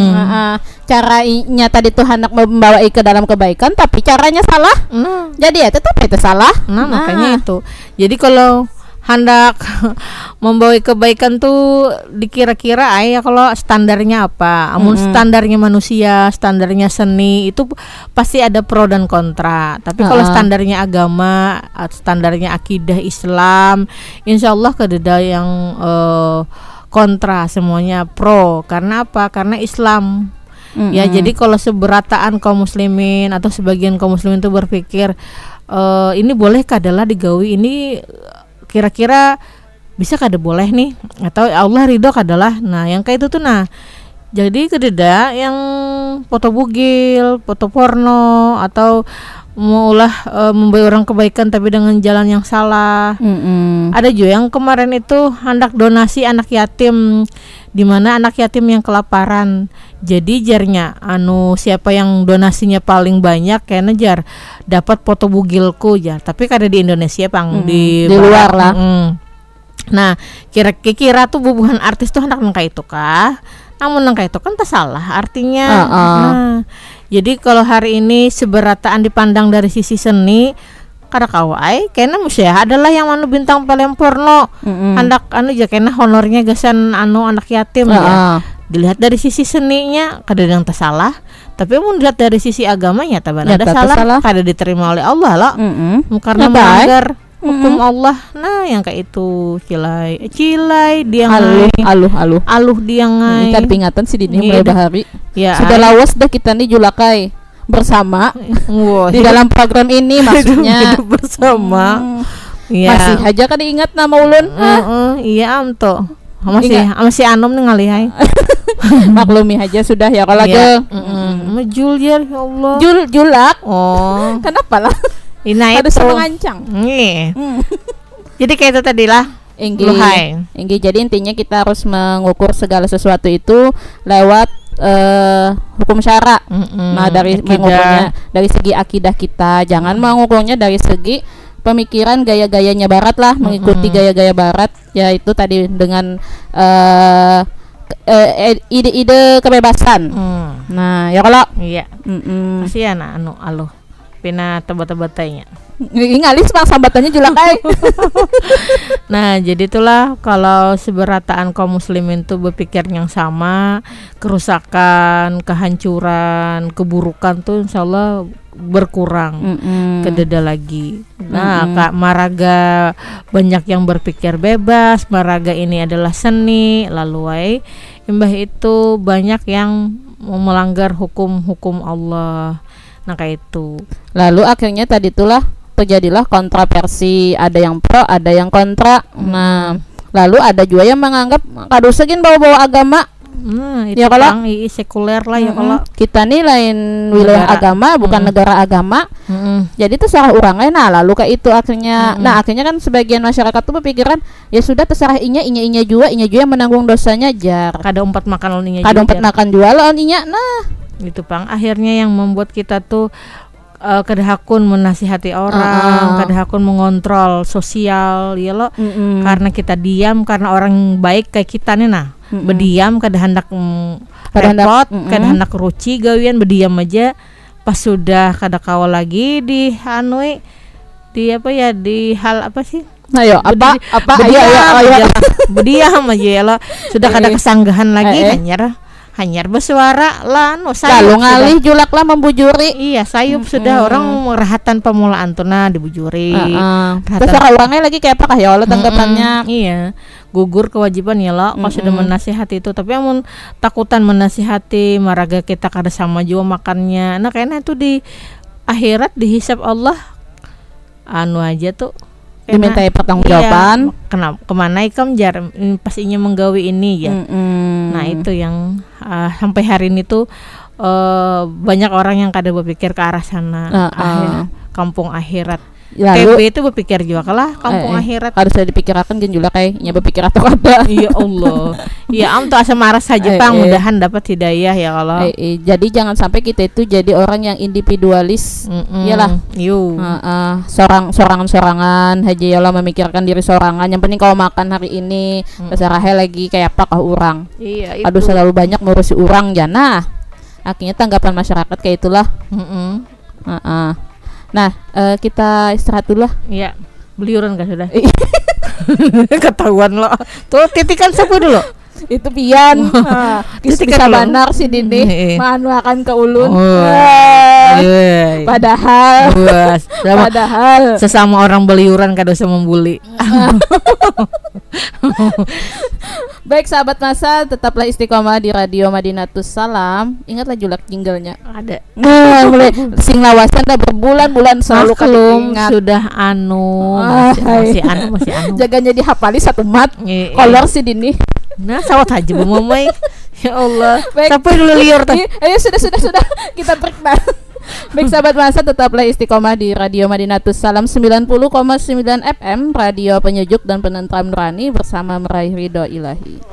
Caranya tadi tuh hendak membawa ke dalam kebaikan tapi caranya salah. Jadi ya tetap itu salah. Makanya itu. Jadi kalau hendak membawa kebaikan tuh dikira-kira kalau standarnya apa. Amun standarnya manusia, standarnya seni itu pasti ada pro dan kontra. Tapi kalau standarnya agama, standarnya akidah Islam, insya Allah kededa yang kontra, semuanya pro. Karena apa? Karena Islam. Ya, jadi kalau seberataan kaum muslimin atau sebagian kaum muslimin itu berpikir ini bolehkah adalah digawi ini kira-kira bisa kada boleh nih atau Allah ridho kadalah. Nah yang kayak itu tuh jadi kededa yang foto bugil, foto porno atau maulah membawa orang kebaikan tapi dengan jalan yang salah. Ada juga yang kemarin itu hendak donasi anak yatim, di mana anak yatim yang kelaparan. Jadi jarnya siapa yang donasinya paling banyak kayaknya jar dapat foto bugilku jar. Tapi kada di Indonesia di luar lah. Nah kira-kira tuh bubuhan artis tuh hendak nangka itu kah? Namun nangka itu kan tak salah artinya. Jadi kalau hari ini seberataan dipandang dari sisi seni, kada kawai kena musya adalah yang bintang film porno hendak kena honornya gasan anak yatim ya. Dilihat dari sisi seninya kada yang tersalah, tapi mun dilihat dari sisi agamanya ada salah, kada diterima oleh Allah loh. Karena melanggar hukum Allah. Nah yang kayak itu cilai dia aluh dia ngai. Kan peringatan sih di mulai bahari. Ya, sudah lawas dah kita nih julakai bersama di dalam program ini maksudnya hidup bersama. Masih aja kan diingat nama ulun. Iya amto. Masih anom nih ngalihai. Maklumi aja sudah ya kalau Jul ya Allah. Julak. Kenapa lah? Harus mengancang. Jadi kayak itu tadi lah. Enggi. Jadi intinya kita harus mengukur segala sesuatu itu lewat hukum syara. Nah dari mengukurnya dari segi akidah kita, jangan mengukurnya dari segi pemikiran gaya-gayanya barat lah, mengikuti gaya-gaya barat, yaitu tadi dengan ide-ide kebebasan. Nah ya kalau kasihan pina tebet-tebetnya. Ngalis bang sambatannya juga kayak. Nah, jadi itulah kalau seberataan kaum muslimin tuh berpikir yang sama, kerusakan, kehancuran, keburukan tuh insyaallah berkurang, kededa lagi. Nah, Kak Maraga banyak yang berpikir bebas, Maraga ini adalah seni, lalu imbah itu banyak yang melanggar hukum-hukum Allah. Nah, kayak itu. Lalu akhirnya tadi itulah terjadilah kontroversi, ada yang pro, ada yang kontra. Nah, lalu ada juga yang menganggap kado segin bawa-bawa agama. Itu ya kalau sekuler lah ya kalau kita nih lain wilayah agama, bukan negara agama. Jadi terserah orangnya. Nah, lalu kayak itu akhirnya. Nah, akhirnya kan sebagian masyarakat tuh berpikiran ya sudah terserah inya juga yang menanggung dosanya jar. Kada umpat makan inya. Kada umpat makan jual inya. Nah, itu Pang akhirnya yang membuat kita tuh kadahakun menasihati orang, kadahakun mengontrol sosial ya lo. Karena kita diam, karena orang baik kayak kita nih nah. Berdiam kada hendak repot, kada hendak ruci gawian, berdiam aja. Pas sudah kada kawal lagi di hanui di apa ya, di hal apa sih? Ayo apa ayo berdiam aja ya lo. Sudah kada kesanggahan lagi hanyar bersuara lah lalu ngalih julak lah membujuri. Iya, sayup sudah orang merahatan pemulaan tuh nah dibujuri. Terserah orangnya lagi kayak apakah ya Allah tanggapannya. Iya, gugur kewajiban ya lo kalau sudah menasihati itu. Tapi amun takutan menasihati maraga kita kada sama juga makannya. Nah kayaknya itu di akhirat dihisab Allah anu aja tuh dimintai pertanggungjawaban. Kenapa kemana ikam jar pastinya menggawi ini ya. Nah itu yang sampai hari ini tuh banyak orang yang kada berpikir ke arah sana. Kampung akhirat. TB itu berpikir juga kalah kampung akhirat. Harus dipikirkan kan juga kayaknya berpikir atau kada. Ya Allah. Ya am tuh asa marah saja Pang, mudahan dapat hidayah ya Allah. Jadi jangan sampai kita itu jadi orang yang individualis. Iyalah. Sorangan haji ya Allah memikirkan diri sorangan. Yang penting kalau makan hari ini terserah lagi kayak apa kah orang. Iya, itu. Aduh selalu banyak ngurusi orang ya. Nah, akhirnya tanggapan masyarakat kayak itulah. Nah, kita istirahat dulu lah. Iya. Beliuran kan sudah. Ketahuan lo. Tuh titikan sapu dulu. Itu pian. Bisa banar si Dini. Manu akan ke ulun. Padahal sesama orang beliuran kada usah membuli. Baik sahabat masa, tetaplah istiqomah di Radio Madinatus Salam. Ingatlah julak jinglenya. Ada. Nah, mulai sing lawasan dah berbulan-bulan selalu ingat. Sudah masih anu. Jaganya dihafali satu mat. Kolor si Dini. Nah, sawat aja Bu Mamai. Ya Allah. Sampai dulu liur tadi. Ayo sudah. Kita break dah. Baik sahabat masa, tetaplah istiqomah di Radio Madinatus Salam 90,9 FM, radio penyejuk dan penentram nurani bersama meraih ridho ilahi.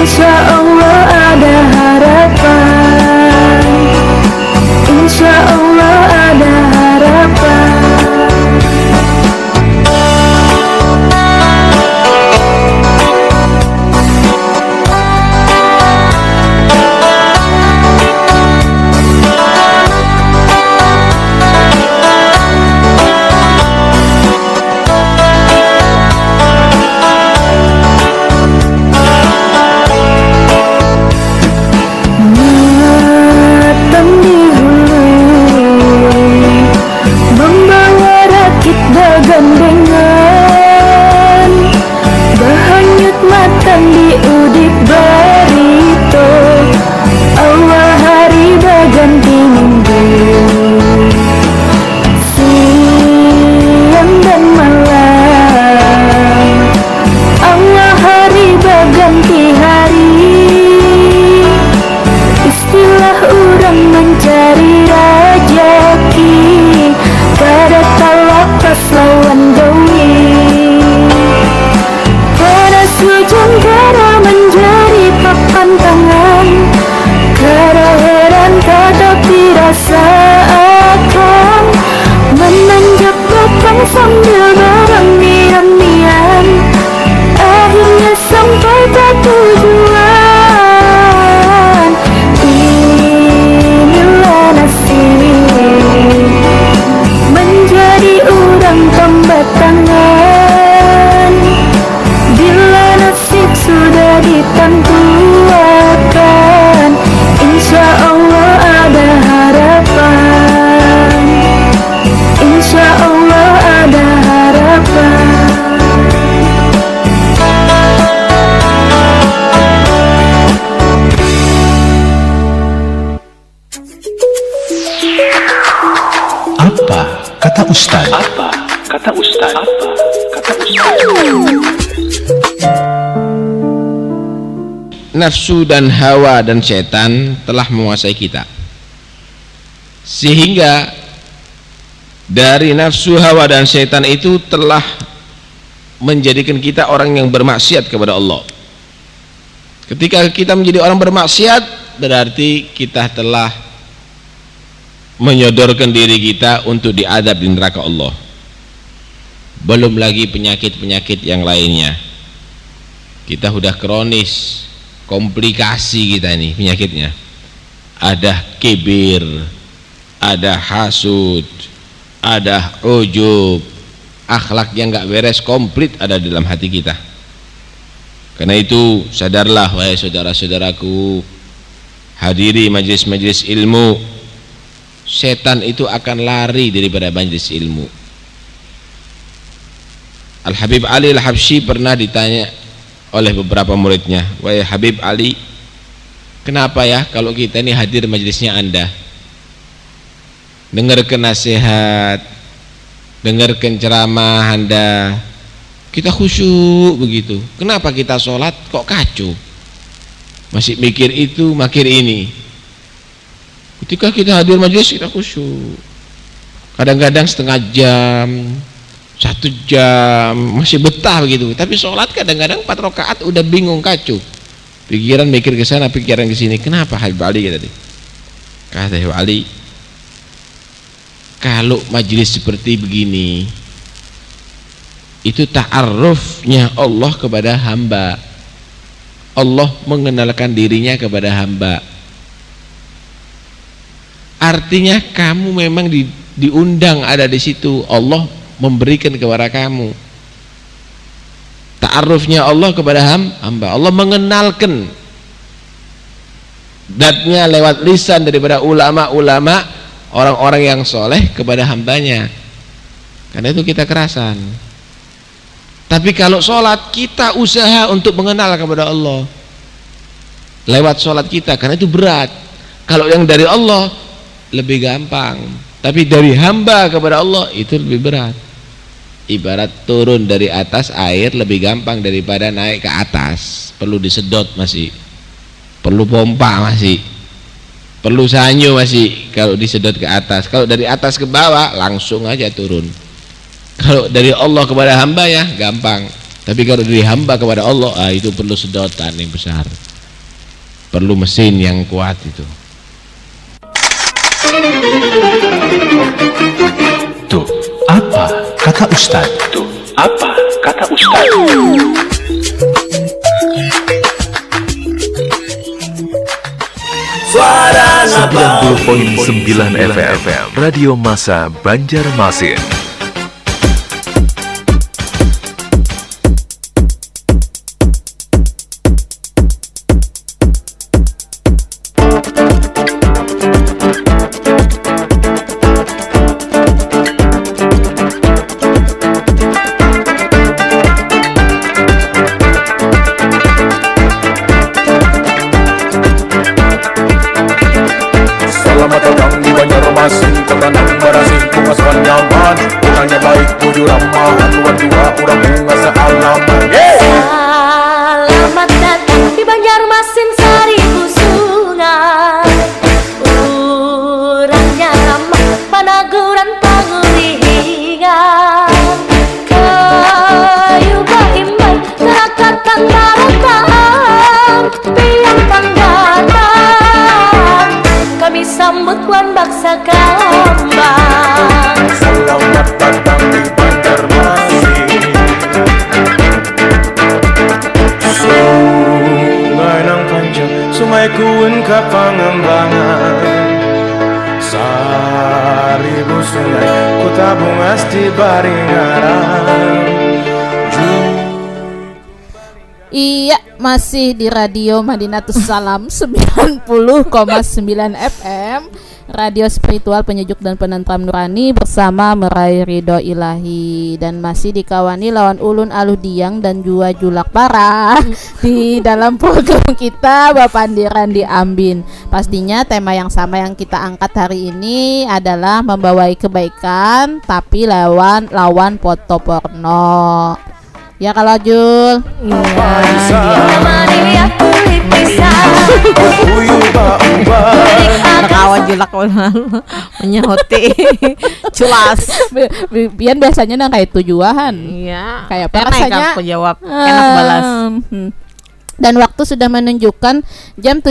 Insya Allah ada harapan, insya Allah ada harapan. Gandengan bahanyut matang di udik barito, Allah hari baganti minggu, siang dan malam, Allah hari baganti hari. Istilah orang mencari rajaki pada talapas lawan gawi, pada sujud kara menjadi papan tangan, kara heran tetapi rasa akan menanjak belakang sambil beramian-mian, akhirnya sampai ke tujuan. Inilah nasib menjadi orang tambah tangan, bila nasib sudah ditentukan, insya Allah ada harapan, insya Allah ada harapan. Apa kata Ustaz? Apa kata Ustaz? Apa kata Ustaz? Nafsu dan hawa dan setan telah menguasai kita, sehingga dari nafsu, hawa dan setan itu telah menjadikan kita orang yang bermaksiat kepada Allah. Ketika kita menjadi orang bermaksiat, berarti kita telah menyodorkan diri kita untuk diadab di neraka Allah. Belum lagi penyakit-penyakit yang lainnya. Kita sudah kronis, komplikasi kita ini penyakitnya. Ada kibir, ada hasud, ada ujub, akhlak yang gak beres komplit ada di dalam hati kita. Karena itu sadarlah wahai saudara-saudaraku, hadiri majelis-majelis ilmu. Setan itu akan lari daripada majelis ilmu. Al-Habib Ali Al-Habsyi pernah ditanya oleh beberapa muridnya, wahai Habib Ali, kenapa ya kalau kita ini hadir majelisnya Anda, dengarkan nasihat, dengarkan ceramah Anda, kita khusyuk begitu, kenapa kita sholat kok kacau, masih mikir itu mikir ini? Ketika kita hadir majelis kita khusyuk, kadang-kadang setengah jam, 1 jam masih betah begitu, tapi sholat kadang-kadang 4 rakaat udah bingung kacau, pikiran mikir ke sana, pikiran ke sini. Kenapa Habib Ali tadi? Kata Habib Ali, kalau majelis seperti begini itu ta'arufnya Allah kepada hamba, Allah mengenalkan dirinya kepada hamba. Artinya kamu memang diundang ada di situ, Allah memberikan kepada kamu. Ta'arufnya Allah kepada hamba, Allah mengenalkan datnya lewat lisan daripada ulama-ulama, orang-orang yang soleh kepada hambanya. Karena itu kita kerasan. Tapi kalau sholat kita usaha untuk mengenal kepada Allah lewat sholat kita, karena itu berat. Kalau yang dari Allah lebih gampang, tapi dari hamba kepada Allah itu lebih berat. Ibarat turun dari atas air lebih gampang daripada naik ke atas, perlu disedot masih, perlu pompa masih, perlu sanyo masih kalau disedot ke atas. Kalau dari atas ke bawah langsung aja turun. Kalau dari Allah kepada hamba ya gampang, tapi kalau dari hamba kepada Allah itu perlu sedotan yang besar. perlu mesin yang kuat itu. Tuh, apa kata Ustaz? Tuh, apa kata Ustaz? 90.9 FM Radio Massa Banjarmasin. Selamat datang di Banjarmasin, kota nang berasing pengasuhan nyaman, orangnya baik, bujur ramah, haluan dua, orang bunga sealaman. Selamat datang di Banjarmasin, Seribu Sungai. Orangnya ramah, panaguran panguringan. Kayu baimbai, terakatan daratan, piang panggatang. Kami sambut Wan Baksa Kambang. Selamat datang di Banjarmasin. Sungai nang panjang, sungai kuun ka Pangembangan. Seribu sungai, ku tabung asti baringaran. Iya, masih di Radio Madinatus Salam 90,9 FM, radio spiritual penyejuk dan penentram nurani bersama meraih ridho ilahi, dan masih dikawani lawan ulun aludiang dan jua julak parah di dalam program kita Bapak Andiran di Ambin. Pastinya tema yang sama yang kita angkat hari ini adalah membawai kebaikan tapi lawan foto porno. Ya kalau Jul. Kawan julak menyehoti culas. Biar biasanya nang kayak tujuan. Iya. Kayak apa rasanya? Aku jawab enak balas. Dan waktu sudah menunjukkan jam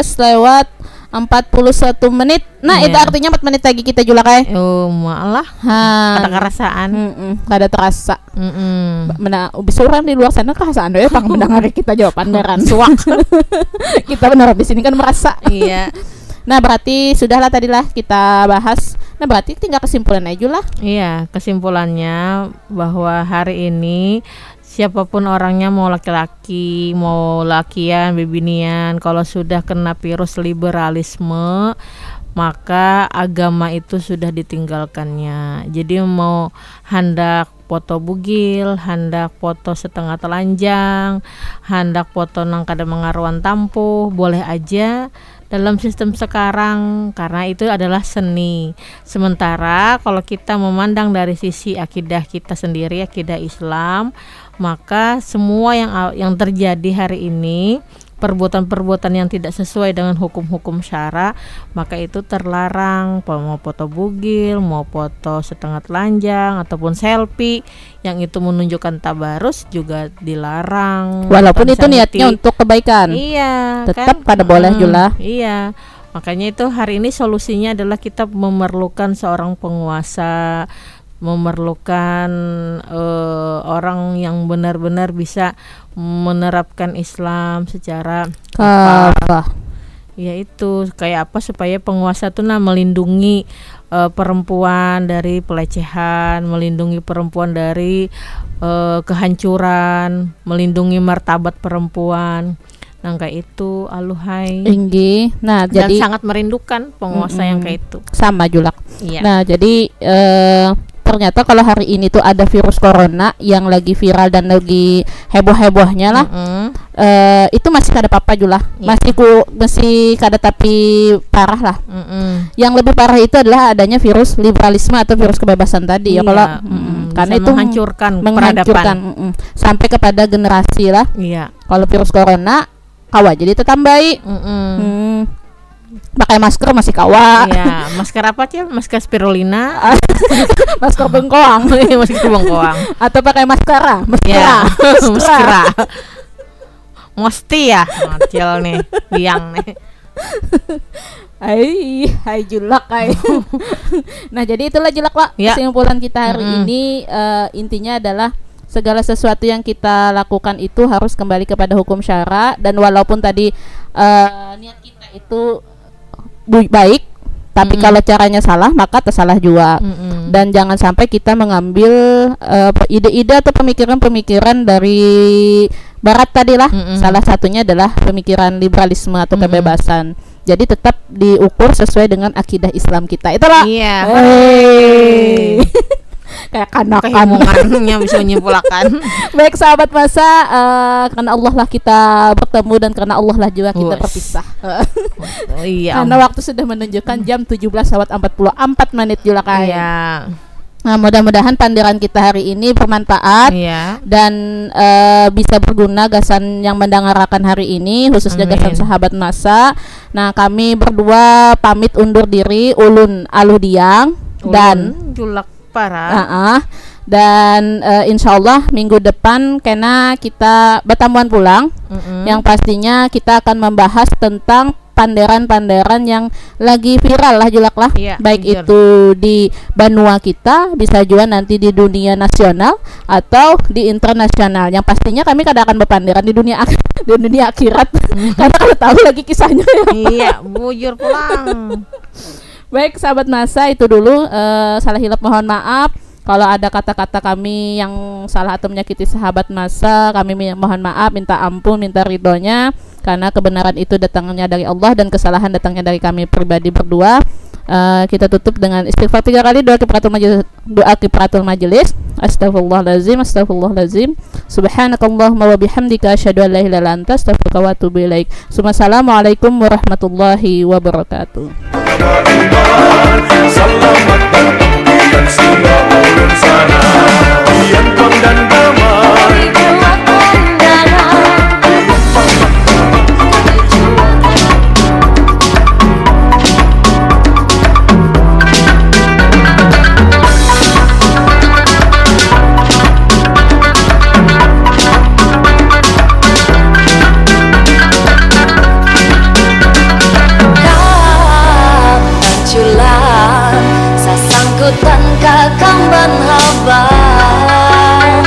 17:41 menit. Nah, itu artinya 4 menit lagi kita julak Oh, malah. Ada kerasaan. Ada terasa. Bisuran di luar sana kerasaan ya pang mendengar kita jawaban beran suak. Kita benar di sini kan merasa. Iya. Nah, berarti sudahlah tadilah kita bahas. Nah, berarti tinggal kesimpulan aja lah. Iya, kesimpulannya bahwa hari ini siapapun orangnya, mau laki-laki, mau lakian, bebinian, kalau sudah kena virus liberalisme, maka agama itu sudah ditinggalkannya. Jadi mau hendak foto bugil, hendak foto setengah telanjang, hendak foto nang kada mengaruan tampuh, boleh aja dalam sistem sekarang, karena itu adalah seni. Sementara kalau kita memandang dari sisi akidah kita sendiri, akidah Islam, maka semua yang terjadi hari ini, perbuatan-perbuatan yang tidak sesuai dengan hukum-hukum syara, maka itu terlarang. Mau foto bugil, mau foto setengah telanjang ataupun selfie yang itu menunjukkan tabarus juga dilarang. Walaupun itu niatnya untuk kebaikan. Iya, tetap kan? pada boleh juga. Iya. Makanya itu hari ini solusinya adalah kita memerlukan seorang penguasa, memerlukan orang yang benar-benar bisa menerapkan Islam secara apa? Ya itu kayak apa supaya penguasa tuh melindungi perempuan dari pelecehan, melindungi perempuan dari kehancuran, melindungi martabat perempuan. Nah kayak itu aluhai tinggi. Nah dan jadi sangat merindukan penguasa yang kayak itu. Sama julak. Iya. Nah jadi ternyata kalau hari ini tuh ada virus corona yang lagi viral dan lagi heboh-hebohnya lah. Itu masih kada apa-apa juga. Masih kada tapi parah lah. Yang lebih parah itu adalah adanya virus liberalisme atau virus kebebasan tadi. Ya kalau karena itu menghancurkan sampai kepada generasi lah. Iya. Kalau virus corona kawa jadi tetambai. Pakai masker masih kawa. Iya, masker apa sih? Masker spirulina. Masker bengkoang. Masker bengkoang. Atau pakai maskara. Maskara. Mesti ya, Acil nih, biang nih. Hai julak hai. Nah, jadi itulah julak Pak. Ya. Kesimpulan kita hari ini intinya adalah segala sesuatu yang kita lakukan itu harus kembali kepada hukum syara, dan walaupun tadi niat kita itu baik, tapi kalau caranya salah maka tersalah juga. Dan jangan sampai kita mengambil ide-ide atau pemikiran-pemikiran dari barat tadi lah. Salah satunya adalah pemikiran liberalisme atau kebebasan. Jadi tetap diukur sesuai dengan akidah Islam kita. Itulah. Iya. Kayak kanakannya bisa menyimpulkan. Baik sahabat masa, karena Allah lah kita bertemu dan karena Allah lah juga kita berpisah. Iya. Karena waktu sudah menunjukkan jam 17:44 juga kan. Iya. Nah, mudah-mudahan pandiran kita hari ini bermanfaat dan bisa berguna gasan yang mendengarkan hari ini, khususnya gasan sahabat masa. Nah, kami berdua pamit undur diri, Ulun Aludiang dan Julak Para. Dan insyaallah minggu depan kena kita bertamuan pulang. Yang pastinya kita akan membahas tentang panderan-panderan yang lagi viral lah julak lah, baik itu di Banua kita, bisa juga nanti di dunia nasional atau di internasional. Yang pastinya kami kadang akan berpanderan di dunia akhirat karena kalau tahu lagi kisahnya ya. Iya, bujur pulang. Baik sahabat masa, itu dulu salah hilap mohon maaf. Kalau ada kata-kata kami yang salah atau menyakiti sahabat masa, kami mohon maaf, minta ampun, minta ridhonya, karena kebenaran itu datangnya dari Allah dan kesalahan datangnya dari kami pribadi berdua. Kita tutup dengan istighfar 3 kali, doa kifaratul majelis. Astaghfirullahalazim, astaghfirullahalazim. Subhanakallahumma wa bihamdika asyhadu an la ilaha illa anta astaghfiruka wa atubu ilaik. Assalamualaikum warahmatullahi wabarakatuh. Selamat datang dan singgah ulun sana, Yanton dan damai. Sasangkutan kakang ban haban,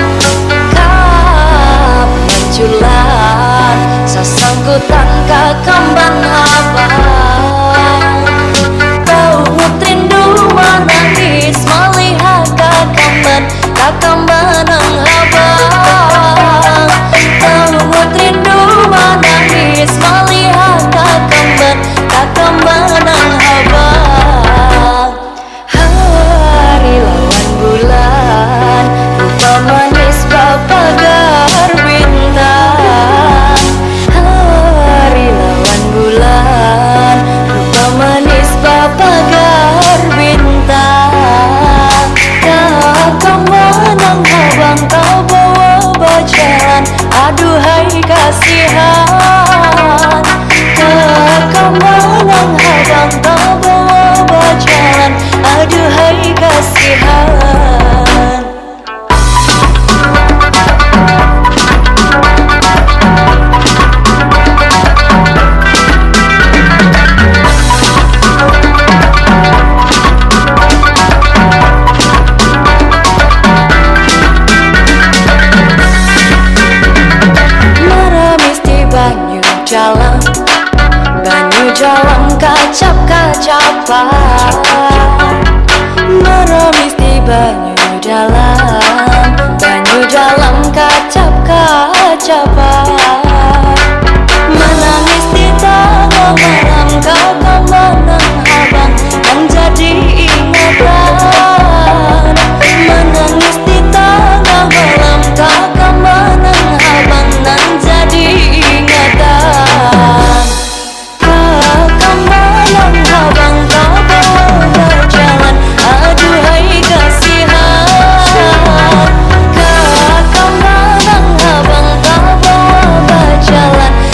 kap menculan. Sasangkutan kakang ban haban, tahu rindu menangis melihat kakang banang habang. Tahu rindu menangis melihat kakang banang habang. Hari lawan bulan, rupa manis papagar bintang. Hari lawan bulan, rupa manis papagar bintang. Kakang menang habang kau bawa bajalan, aduhai kasihan. Kakang menang habang kau bawa bajalan, aduhai kasihan. Meramis di banyu jalan kacap-kacapan. Meramis di banyu dalam kacap-kacapan. Menangis di tengah malam kakang menang habang yang jadi ingatan. Menangis di tengah malam kakang menang habang yang jadi ingatan. Kakang menang habang kau bawa berjalan, aduhai kasihan. Kakang menang habang kau bawa berjalan,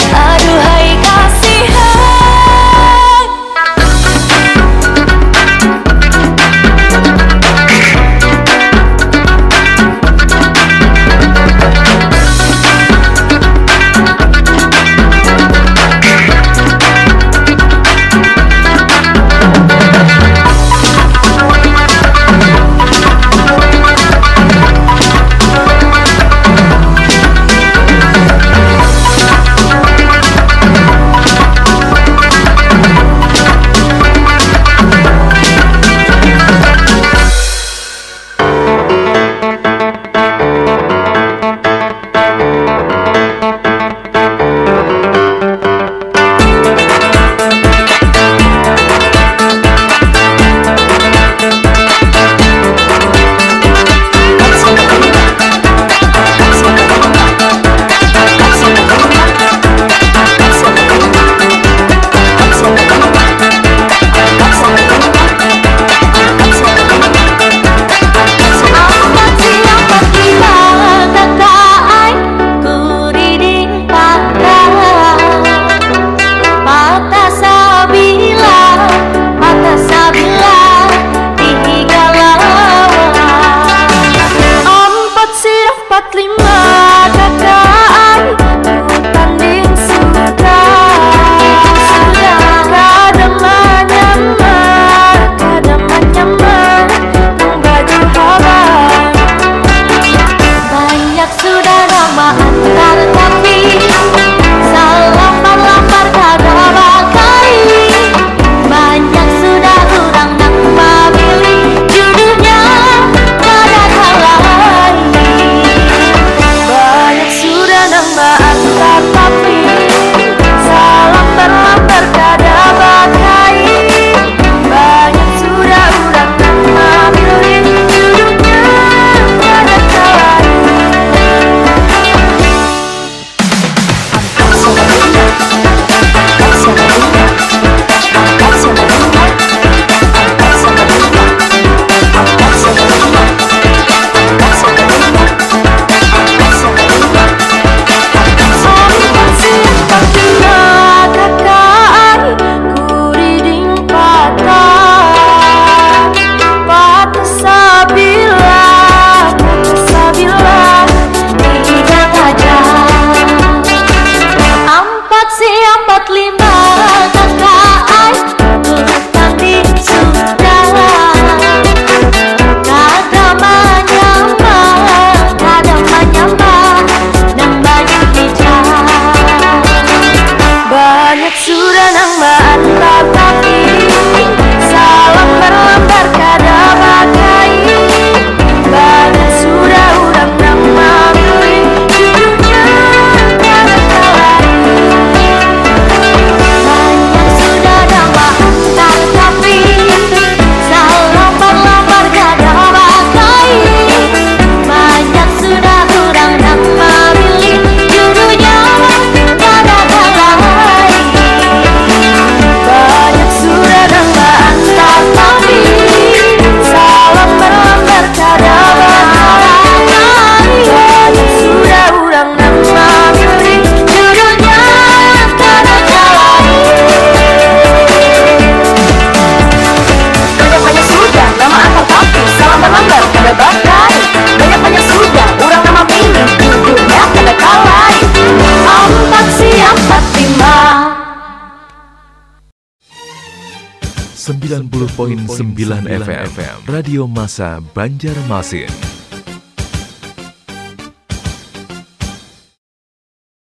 45 KKI Tuhan di sudah kadang menyambar dan banyak hijau banyak sudah nang mantap tapi salam berlambar kada bagai banyak sudah urang nang mamuli judulnya kada kalai banyak sudah nang mantap tapi salam berlambar kada bagai banyak sudah urang nang mamuli judulnya kada kalai banyak sudah nang mantap tapi salam berlambar kada bagai banyak sudah urang nang mamuli judulnya kada kalai banyak sudah nama antar tapi salam berlambar kada bagai banyak sudah urang nama pilih judulnya kada kalai 90.9 FM Radio Massa Banjarmasin.